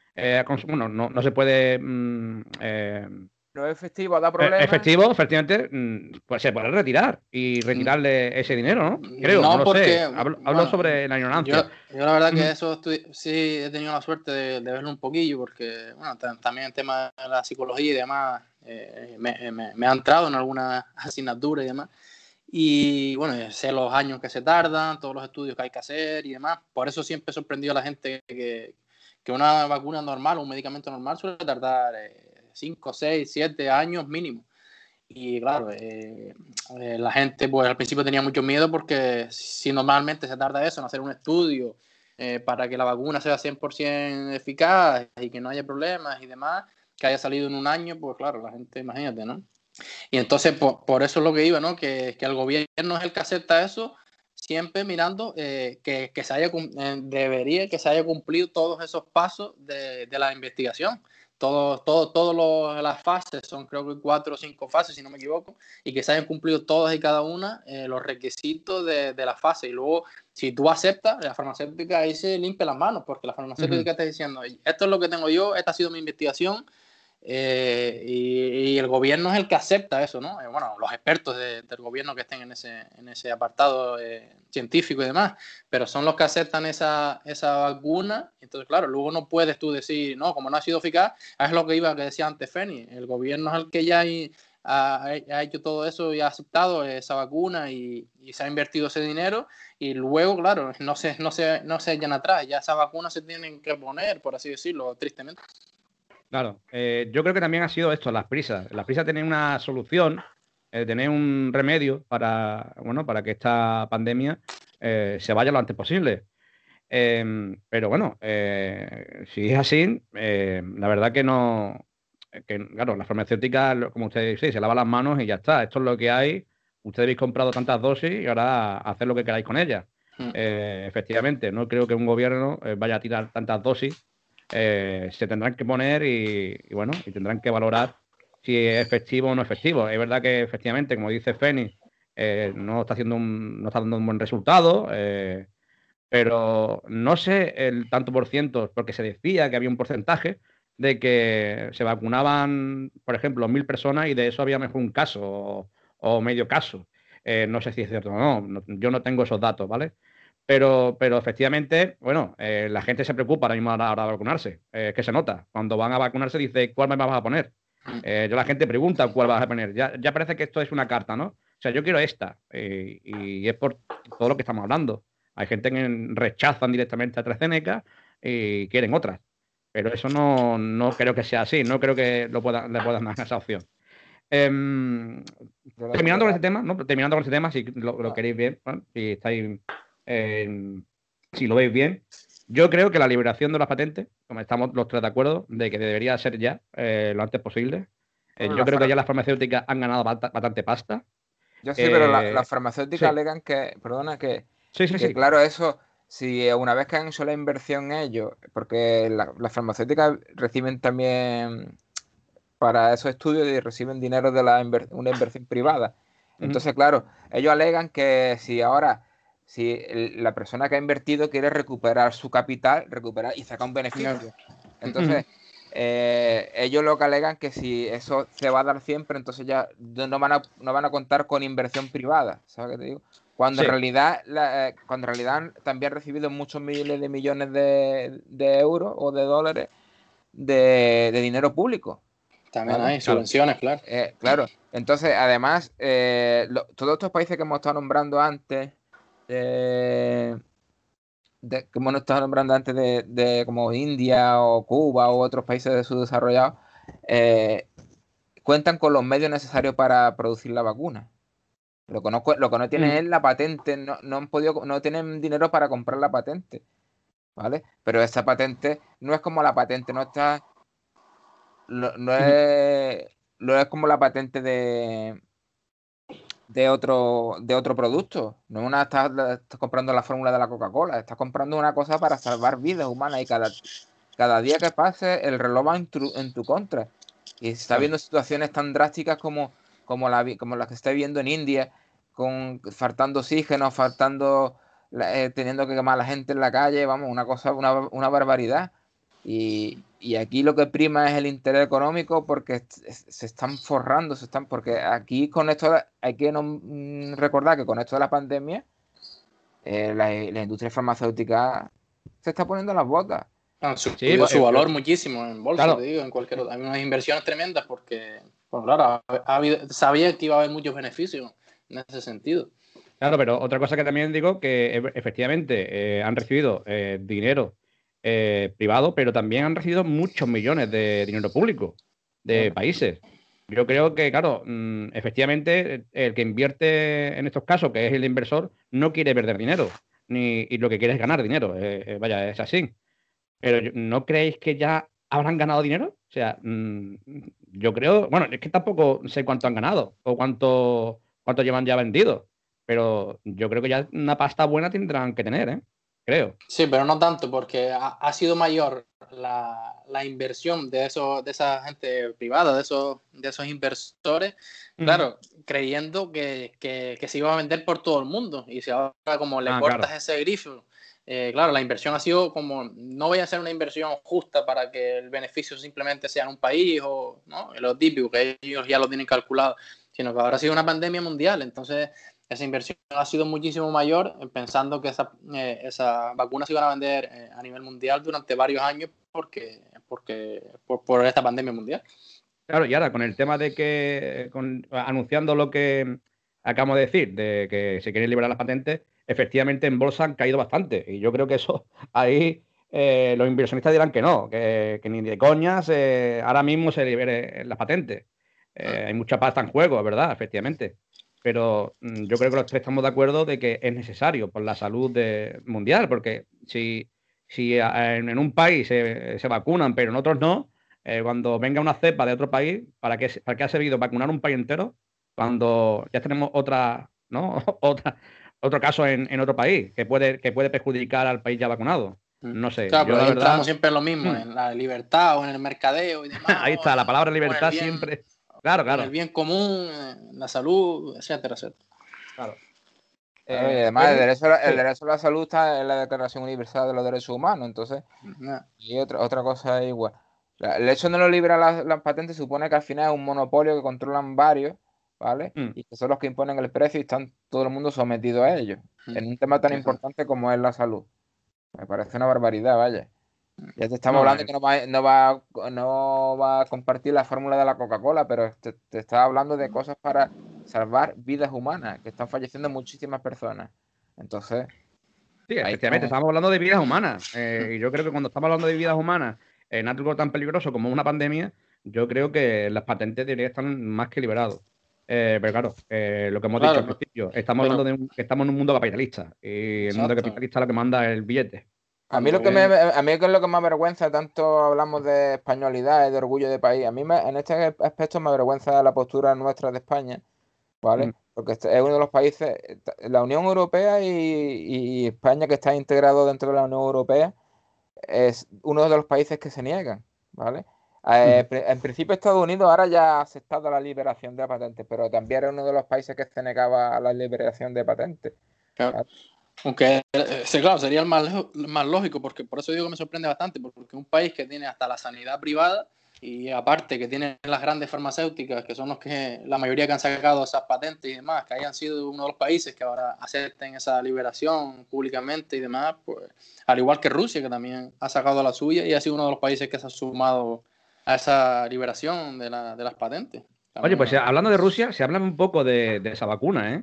[SPEAKER 1] no se puede
[SPEAKER 2] no es efectivo, da problemas.
[SPEAKER 1] Efectivo, efectivamente, pues se puede retirar y retirarle ese dinero, ¿no? Creo, no lo sé. Hablo sobre la ignorancia.
[SPEAKER 3] Yo la verdad que eso sí he tenido la suerte de verlo un poquillo, porque bueno, también el tema de la psicología y demás me ha entrado en alguna asignatura y demás. Y bueno, sé los años que se tardan, todos los estudios que hay que hacer y demás. Por eso siempre he sorprendido a la gente que una vacuna normal o un medicamento normal suele tardar 5, 6, 7 años mínimo. Y claro, la gente pues al principio tenía mucho miedo porque si normalmente se tarda eso en hacer un estudio para que la vacuna sea 100% eficaz y que no haya problemas y demás, que haya salido en un año, pues claro, la gente, imagínate, ¿no? Y entonces por eso es lo que iba, ¿no? Que el gobierno es el que acepta eso, siempre mirando que debería que se haya cumplido todos esos pasos de la investigación. Todas las fases, son creo que 4 o 5 fases, si no me equivoco, y que se hayan cumplido todas y cada una los requisitos de la fase. Y luego, si tú aceptas, la farmacéutica ahí se limpia las manos, porque la farmacéutica está diciendo, esto es lo que tengo yo, esta ha sido mi investigación, y el gobierno es el que acepta eso, ¿no? Bueno, los expertos del gobierno que estén en ese apartado científico y demás, pero son los que aceptan esa vacuna. Entonces, claro, luego no puedes tú decir, no, como no ha sido eficaz, es lo que decía antes Feni, el gobierno es el que ya ha hecho todo eso y ha aceptado esa vacuna y se ha invertido ese dinero, y luego, claro, no se echan atrás, ya esas vacunas se tienen que poner, por así decirlo, tristemente.
[SPEAKER 1] Claro, yo creo que también ha sido esto, las prisas. Las prisas tener una solución, tener un remedio para que esta pandemia se vaya lo antes posible. Pero bueno, si es así, la verdad que no, claro, la farmacéutica, como ustedes dicen, se lava las manos y ya está. Esto es lo que hay. Ustedes habéis comprado tantas dosis y ahora haced lo que queráis con ellas. Efectivamente, no creo que un gobierno vaya a tirar tantas dosis. Se tendrán que poner y tendrán que valorar si es efectivo o no efectivo. Es verdad que efectivamente, como dice Feni, no está dando un buen resultado, pero no sé el tanto por ciento, porque se decía que había un porcentaje de que se vacunaban, por ejemplo, 1.000 personas y de eso había mejor un caso o medio caso. No sé si es cierto o no, yo no tengo esos datos, ¿vale? Pero efectivamente, bueno, la gente se preocupa ahora mismo a la hora de vacunarse. Es que se nota. Cuando van a vacunarse dice, ¿cuál me vas a poner? La gente pregunta cuál vas a poner. Ya parece que esto es una carta, ¿no? O sea, yo quiero esta. Y es por todo lo que estamos hablando. Hay gente que rechazan directamente a AstraZeneca y quieren otras. Pero eso no creo que sea así. No creo que le puedan dar esa opción. Terminando con este tema, ¿no? Terminando con este tema, si lo queréis bien, ¿no? Si estáis, si lo veis bien, yo creo que la liberación de las patentes, como estamos los tres de acuerdo, de que debería ser ya lo antes posible. Yo creo que ya las farmacéuticas han ganado bastante pasta.
[SPEAKER 2] Yo sí, pero las farmacéuticas alegan que, perdona, que claro, eso, si una vez que han hecho la inversión ellos, porque las farmacéuticas reciben también para esos estudios y reciben dinero de una inversión privada. Entonces, claro, ellos alegan que si la persona que ha invertido quiere recuperar su capital, y sacar un beneficio. Entonces, ellos lo que alegan que si eso se va a dar siempre, entonces ya no van a contar con inversión privada, ¿sabes qué te digo? Cuando en realidad también han recibido muchos miles de millones de euros o de dólares de dinero público.
[SPEAKER 3] También hay subvenciones, claro.
[SPEAKER 2] Claro. Entonces, además, todos estos países que hemos estado nombrando antes, de como nos estaba nombrando antes, de como India o Cuba u otros países subdesarrollados, cuentan con los medios necesarios para producir la vacuna. Lo que no tienen es la patente, no tienen dinero para comprar la patente, ¿vale? Pero esa patente no es como la patente, no es como la patente de otro producto. No es estás comprando la fórmula de la Coca-Cola, estás comprando una cosa para salvar vidas humanas y cada día que pase el reloj va en tu contra. Y se está viendo situaciones tan drásticas como las que se está viendo en India, faltando oxígeno, teniendo que quemar a la gente en la calle, vamos, una barbaridad. Y aquí lo que prima es el interés económico porque se están forrando, porque aquí con esto hay que recordar que con esto de la pandemia, la industria farmacéutica se está poniendo las botas.
[SPEAKER 3] Subido su valor muchísimo en bolsa, claro. Te digo, en cualquier otra. Hay unas inversiones tremendas porque, pues claro, sabía que iba a haber muchos beneficios en ese sentido.
[SPEAKER 1] Claro, pero otra cosa que también digo, que efectivamente han recibido dinero privado, pero también han recibido muchos millones de dinero público de países. Yo creo que, claro, efectivamente, el que invierte en estos casos, que es el inversor, no quiere perder dinero, y lo que quiere es ganar dinero. Vaya, es así. Pero ¿no creéis que ya habrán ganado dinero? O sea, yo creo, bueno, es que tampoco sé cuánto han ganado o cuánto llevan ya vendido, pero yo creo que ya una pasta buena tendrán que tener, ¿eh? Creo.
[SPEAKER 3] Sí, pero no tanto, porque ha sido mayor la inversión de esa gente privada, de esos inversores, claro, creyendo que se iba a vender por todo el mundo. Y si ahora como le cortas ese grifo, claro, la inversión ha sido como, no voy a hacer una inversión justa para que el beneficio simplemente sea en un país o ¿no? Lo típico, que ellos ya lo tienen calculado, sino que ahora ha sido una pandemia mundial, entonces esa inversión ha sido muchísimo mayor, pensando que esas vacunas se iban a vender a nivel mundial durante varios años por esta pandemia mundial.
[SPEAKER 1] Claro, y ahora con el tema de que, anunciando lo que acabamos de decir, de que se quieren liberar las patentes, efectivamente en bolsa han caído bastante. Y yo creo que eso, ahí los inversionistas dirán que no, que ni de coñas ahora mismo se liberen las patentes. Hay mucha pasta en juego, es verdad, efectivamente. Pero yo creo que los tres estamos de acuerdo de que es necesario por la salud mundial, porque si en un país se vacunan, pero en otros no, cuando venga una cepa de otro país, ¿para qué ha servido vacunar un país entero cuando ya tenemos ¿no? otro caso en otro país que puede perjudicar al país ya vacunado? No sé.
[SPEAKER 3] Claro, pero ahí entramos siempre en lo mismo, en la libertad o en el mercadeo y demás.
[SPEAKER 1] Ahí está, la palabra libertad siempre. Claro.
[SPEAKER 3] El bien común, la salud, etcétera, etcétera.
[SPEAKER 2] Claro. Y además, el derecho a la salud está en la Declaración Universal de los Derechos Humanos, entonces, y otra cosa es igual. El hecho de no liberar las patentes supone que al final es un monopolio que controlan varios, ¿vale? Y que son los que imponen el precio y están todo el mundo sometido a ellos, en un tema tan importante como es la salud. Me parece una barbaridad, vaya. Ya te estamos hablando que no va a compartir la fórmula de la Coca-Cola, pero te está hablando de cosas para salvar vidas humanas, que están falleciendo muchísimas personas. Entonces...
[SPEAKER 1] Sí, efectivamente, estamos hablando de vidas humanas. Y yo creo que cuando estamos hablando de vidas humanas en algo tan peligroso como una pandemia, yo creo que las patentes deberían estar más que liberados. Pero claro, lo que hemos dicho al principio, estamos hablando de que estamos en un mundo capitalista. Y el mundo capitalista lo que manda es el billete.
[SPEAKER 2] A mí es lo que me avergüenza, tanto hablamos de españolidad y de orgullo de país. A mí en este aspecto me avergüenza la postura nuestra de España, ¿vale? Porque es uno de los países, la Unión Europea y España, que está integrado dentro de la Unión Europea, es uno de los países que se niegan, ¿vale? En principio Estados Unidos ahora ya ha aceptado la liberación de patentes, pero también era uno de los países que se negaba a la liberación de patentes.
[SPEAKER 3] Claro. Aunque, claro, sería el más lógico, porque por eso digo que me sorprende bastante, porque un país que tiene hasta la sanidad privada y aparte que tiene las grandes farmacéuticas, que son los que la mayoría que han sacado esas patentes y demás, que hayan sido uno de los países que ahora acepten esa liberación públicamente y demás, pues al igual que Rusia, que también ha sacado la suya y ha sido uno de los países que se ha sumado a esa liberación de las patentes.
[SPEAKER 1] Oye, pues hablando de Rusia, se habla un poco de esa vacuna, ¿eh?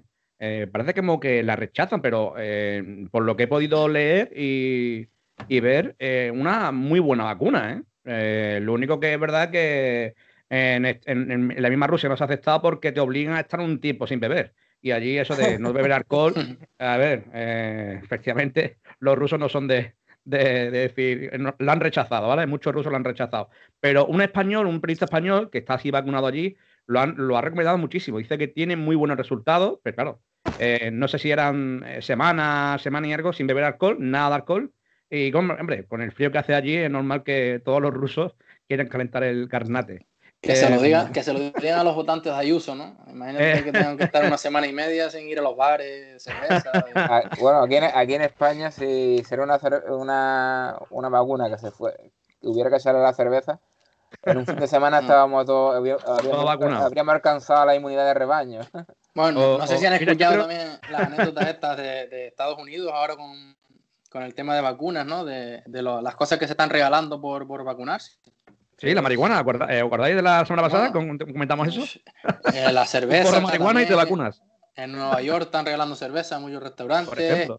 [SPEAKER 1] parece como que la rechazan, pero por lo que he podido leer y ver, una muy buena vacuna, ¿eh? Lo único que es verdad que en la misma Rusia no se ha aceptado porque te obligan a estar un tiempo sin beber. Y allí eso de no beber alcohol, a ver, efectivamente los rusos no son de decir, la han rechazado, ¿vale? Muchos rusos la han rechazado. Pero un español, un periodista español que está así vacunado allí, lo ha recomendado muchísimo. Dice que tiene muy buenos resultados, pero claro, no sé si eran semana y algo sin beber alcohol, nada de alcohol. Y hombre, con el frío que hace allí es normal que todos los rusos quieran calentar el carnate.
[SPEAKER 3] Que se lo digan a los votantes de Ayuso, ¿no? Imagínate que tengan que estar una semana y media sin ir a los bares, cerveza.
[SPEAKER 2] Bueno, aquí en España, si será una vacuna que hubiera que echarle la cerveza, en un fin de semana estábamos todos, habríamos alcanzado la inmunidad de rebaño.
[SPEAKER 3] Bueno, no sé si han escuchado también las anécdotas estas de Estados Unidos ahora con el tema de vacunas, ¿no? De las cosas que se están regalando por vacunarse.
[SPEAKER 1] Sí, la marihuana, ¿acordáis de la semana pasada? ¿Comentamos eso?
[SPEAKER 3] La cerveza.
[SPEAKER 1] Por marihuana también, y te vacunas.
[SPEAKER 3] En Nueva York están regalando cerveza en muchos restaurantes.
[SPEAKER 1] Por ejemplo.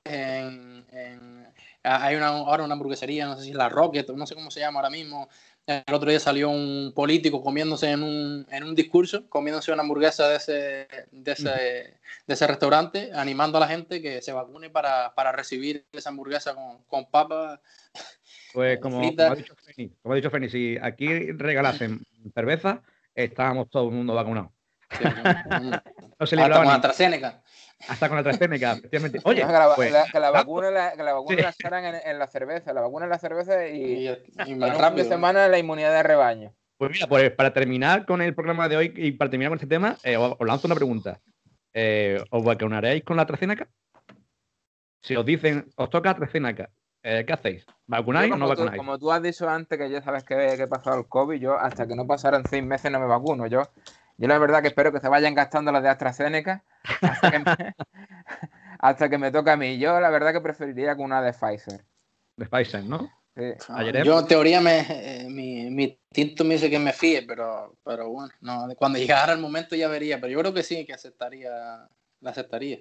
[SPEAKER 3] Hay ahora una hamburguesería, no sé si es la Rocket, no sé cómo se llama ahora mismo. El otro día salió un político comiéndose en un discurso, comiéndose una hamburguesa de ese restaurante, animando a la gente que se vacune para recibir esa hamburguesa con papas.
[SPEAKER 1] Pues como ha dicho Feni, si aquí regalasen cerveza, estábamos todo el mundo vacunados.
[SPEAKER 3] Sí,
[SPEAKER 1] no se
[SPEAKER 3] hasta con la AstraZeneca.
[SPEAKER 1] Hasta con la AstraZeneca, efectivamente. Oye,
[SPEAKER 2] que la vacuna la echaran en la cerveza, la vacuna en la cerveza y en un fin de semana la inmunidad de rebaño.
[SPEAKER 1] Pues mira, pues para terminar con el programa de hoy y para terminar con este tema, os lanzo una pregunta. ¿Os vacunaréis con la AstraZeneca? Si os dicen, os toca AstraZeneca, ¿qué hacéis? ¿Vacunáis o no vacunáis?
[SPEAKER 2] Como tú has dicho antes, que ya sabes que he pasado el COVID, yo hasta que no pasaran 6 meses no me vacuno. Yo la verdad que espero que se vayan gastando las de AstraZeneca hasta que me toque a mí. Yo la verdad que preferiría con una de Pfizer.
[SPEAKER 1] De Pfizer, ¿no?
[SPEAKER 2] Sí.
[SPEAKER 3] Yo en teoría mi instinto me dice que me fíe, pero bueno, no, cuando llegara el momento ya vería. Pero yo creo que sí, que la aceptaría.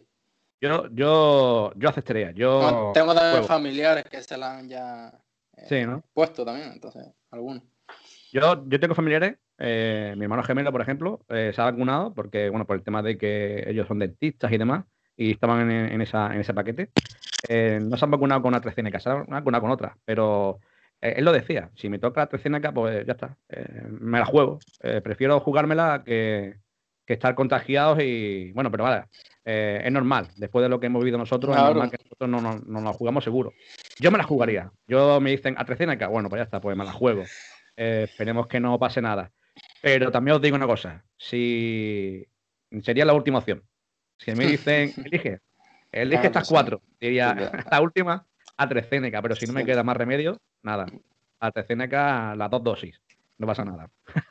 [SPEAKER 1] Yo aceptaría.
[SPEAKER 3] Tengo también familiares que se la han ya puesto también, entonces, algunos.
[SPEAKER 1] Yo tengo familiares, mi hermano gemelo, por ejemplo, se ha vacunado porque, bueno, por el tema de que ellos son dentistas y demás, y estaban en ese paquete. No se han vacunado con AstraZeneca, se han vacunado con otra, pero él lo decía, si me toca AstraZeneca, pues ya está, me la juego. Prefiero jugármela que estar contagiados y, bueno, pero vale, es normal, después de lo que hemos vivido nosotros, claro. Es normal que nosotros no la jugamos seguro. Yo me la jugaría, me dicen AstraZeneca, bueno, pues ya está, pues me la juego. Esperemos que no pase nada. Pero también os digo una cosa, si sería la última opción. Si me dicen, elige estas 4, diría la última, AstraZeneca, pero si no me queda más remedio, nada. AstraZeneca, las 2 dosis, no pasa nada.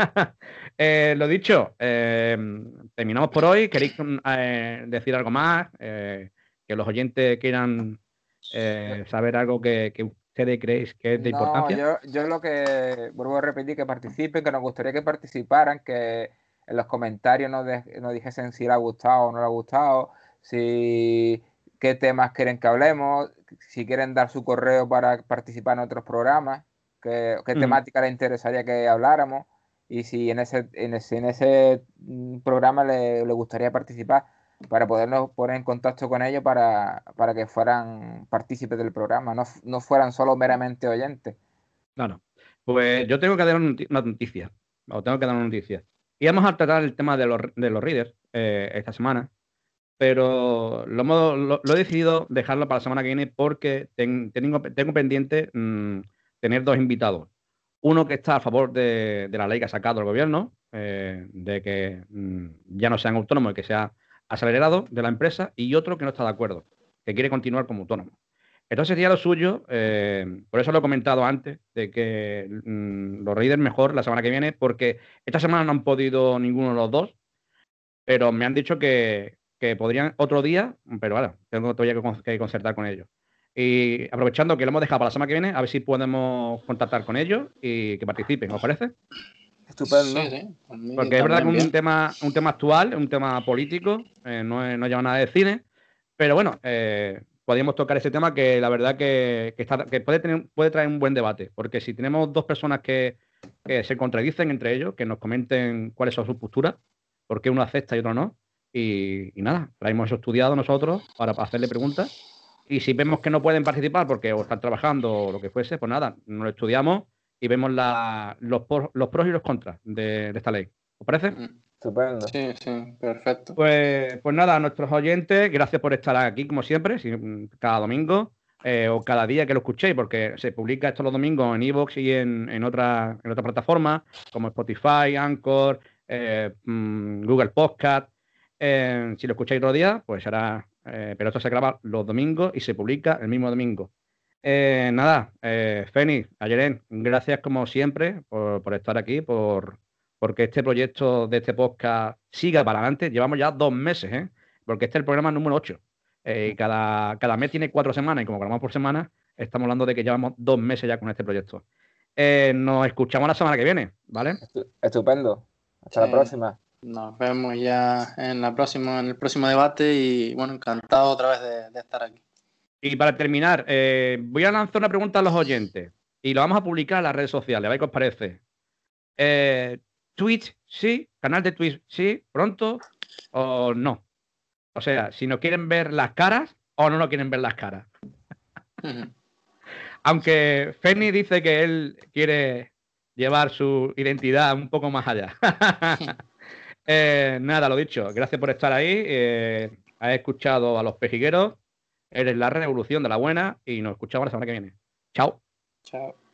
[SPEAKER 1] Lo dicho, terminamos por hoy. ¿Queréis decir algo más? Que los oyentes quieran saber algo que ustedes creéis que es de importancia.
[SPEAKER 2] Yo lo que vuelvo a repetir, que participen, que nos gustaría que participaran, que en los comentarios nos dijesen si les ha gustado o no les ha gustado, qué temas quieren que hablemos, si quieren dar su correo para participar en otros programas, qué temática les interesaría que habláramos, y si en ese programa le gustaría participar, para podernos poner en contacto con ellos para que fueran partícipes del programa, no fueran solo meramente oyentes.
[SPEAKER 1] Claro. Pues yo tengo que dar una noticia. Y vamos a tratar el tema de los readers esta semana, pero lo he decidido dejarlo para la semana que viene porque tengo pendiente tener 2 invitados. Uno que está a favor de la ley que ha sacado el gobierno, de que ya no sean autónomos y que sea asalariado de la empresa, y otro que no está de acuerdo, que quiere continuar como autónomo. Entonces sería lo suyo, por eso lo he comentado antes, de que los readers mejor la semana que viene, porque esta semana no han podido ninguno de los 2, pero me han dicho que podrían otro día, pero ahora tengo todavía que concertar con ellos. Y aprovechando que lo hemos dejado para la semana que viene, a ver si podemos contactar con ellos y que participen, ¿os parece?
[SPEAKER 2] Estupendo.
[SPEAKER 3] Sí, sí. Por mí
[SPEAKER 1] Porque es verdad que
[SPEAKER 3] también
[SPEAKER 1] un tema actual, un tema político, no lleva nada de cine, pero bueno, podríamos tocar ese tema que la verdad que puede traer un buen debate, porque si tenemos dos personas que se contradicen entre ellos, que nos comenten cuáles son sus posturas, por qué uno acepta y otro no, y nada, traemos eso estudiado nosotros para hacerle preguntas, y si vemos que no pueden participar porque o están trabajando o lo que fuese, pues nada, nos lo estudiamos y vemos los pros y los contras de esta ley. ¿Os parece?
[SPEAKER 2] Estupendo.
[SPEAKER 3] Sí, sí, perfecto.
[SPEAKER 1] Pues nada, a nuestros oyentes, gracias por estar aquí, como siempre, cada domingo o cada día que lo escuchéis, porque se publica esto los domingos en iVoox y en otra plataforma, como Spotify, Anchor, Google Podcast. Si lo escucháis otro día, pues será. Pero esto se graba los domingos y se publica el mismo domingo. Nada, Fénix, Ayerén, gracias como siempre por estar aquí, porque este proyecto de este podcast siga para adelante. Llevamos ya 2 meses, ¿eh? Porque este es el programa número 8. Y cada mes tiene 4 semanas y como grabamos por semana, estamos hablando de que llevamos 2 meses ya con este proyecto. Nos escuchamos la semana que viene, ¿vale?
[SPEAKER 2] Estupendo. Hasta la próxima.
[SPEAKER 3] Nos vemos ya en el próximo debate y bueno, encantado otra vez de estar aquí.
[SPEAKER 1] Y para terminar, voy a lanzar una pregunta a los oyentes y lo vamos a publicar en las redes sociales, a ver qué os parece. Twitch, sí, canal de Twitch, sí, pronto o no. O sea, si no quieren ver las caras o no quieren ver las caras. Aunque Ferni dice que él quiere llevar su identidad un poco más allá. Nada, lo dicho, gracias por estar ahí. Has escuchado a los pejigueros. Eres la revolución de la buena y nos escuchamos la semana que viene. Chao.
[SPEAKER 3] Chao.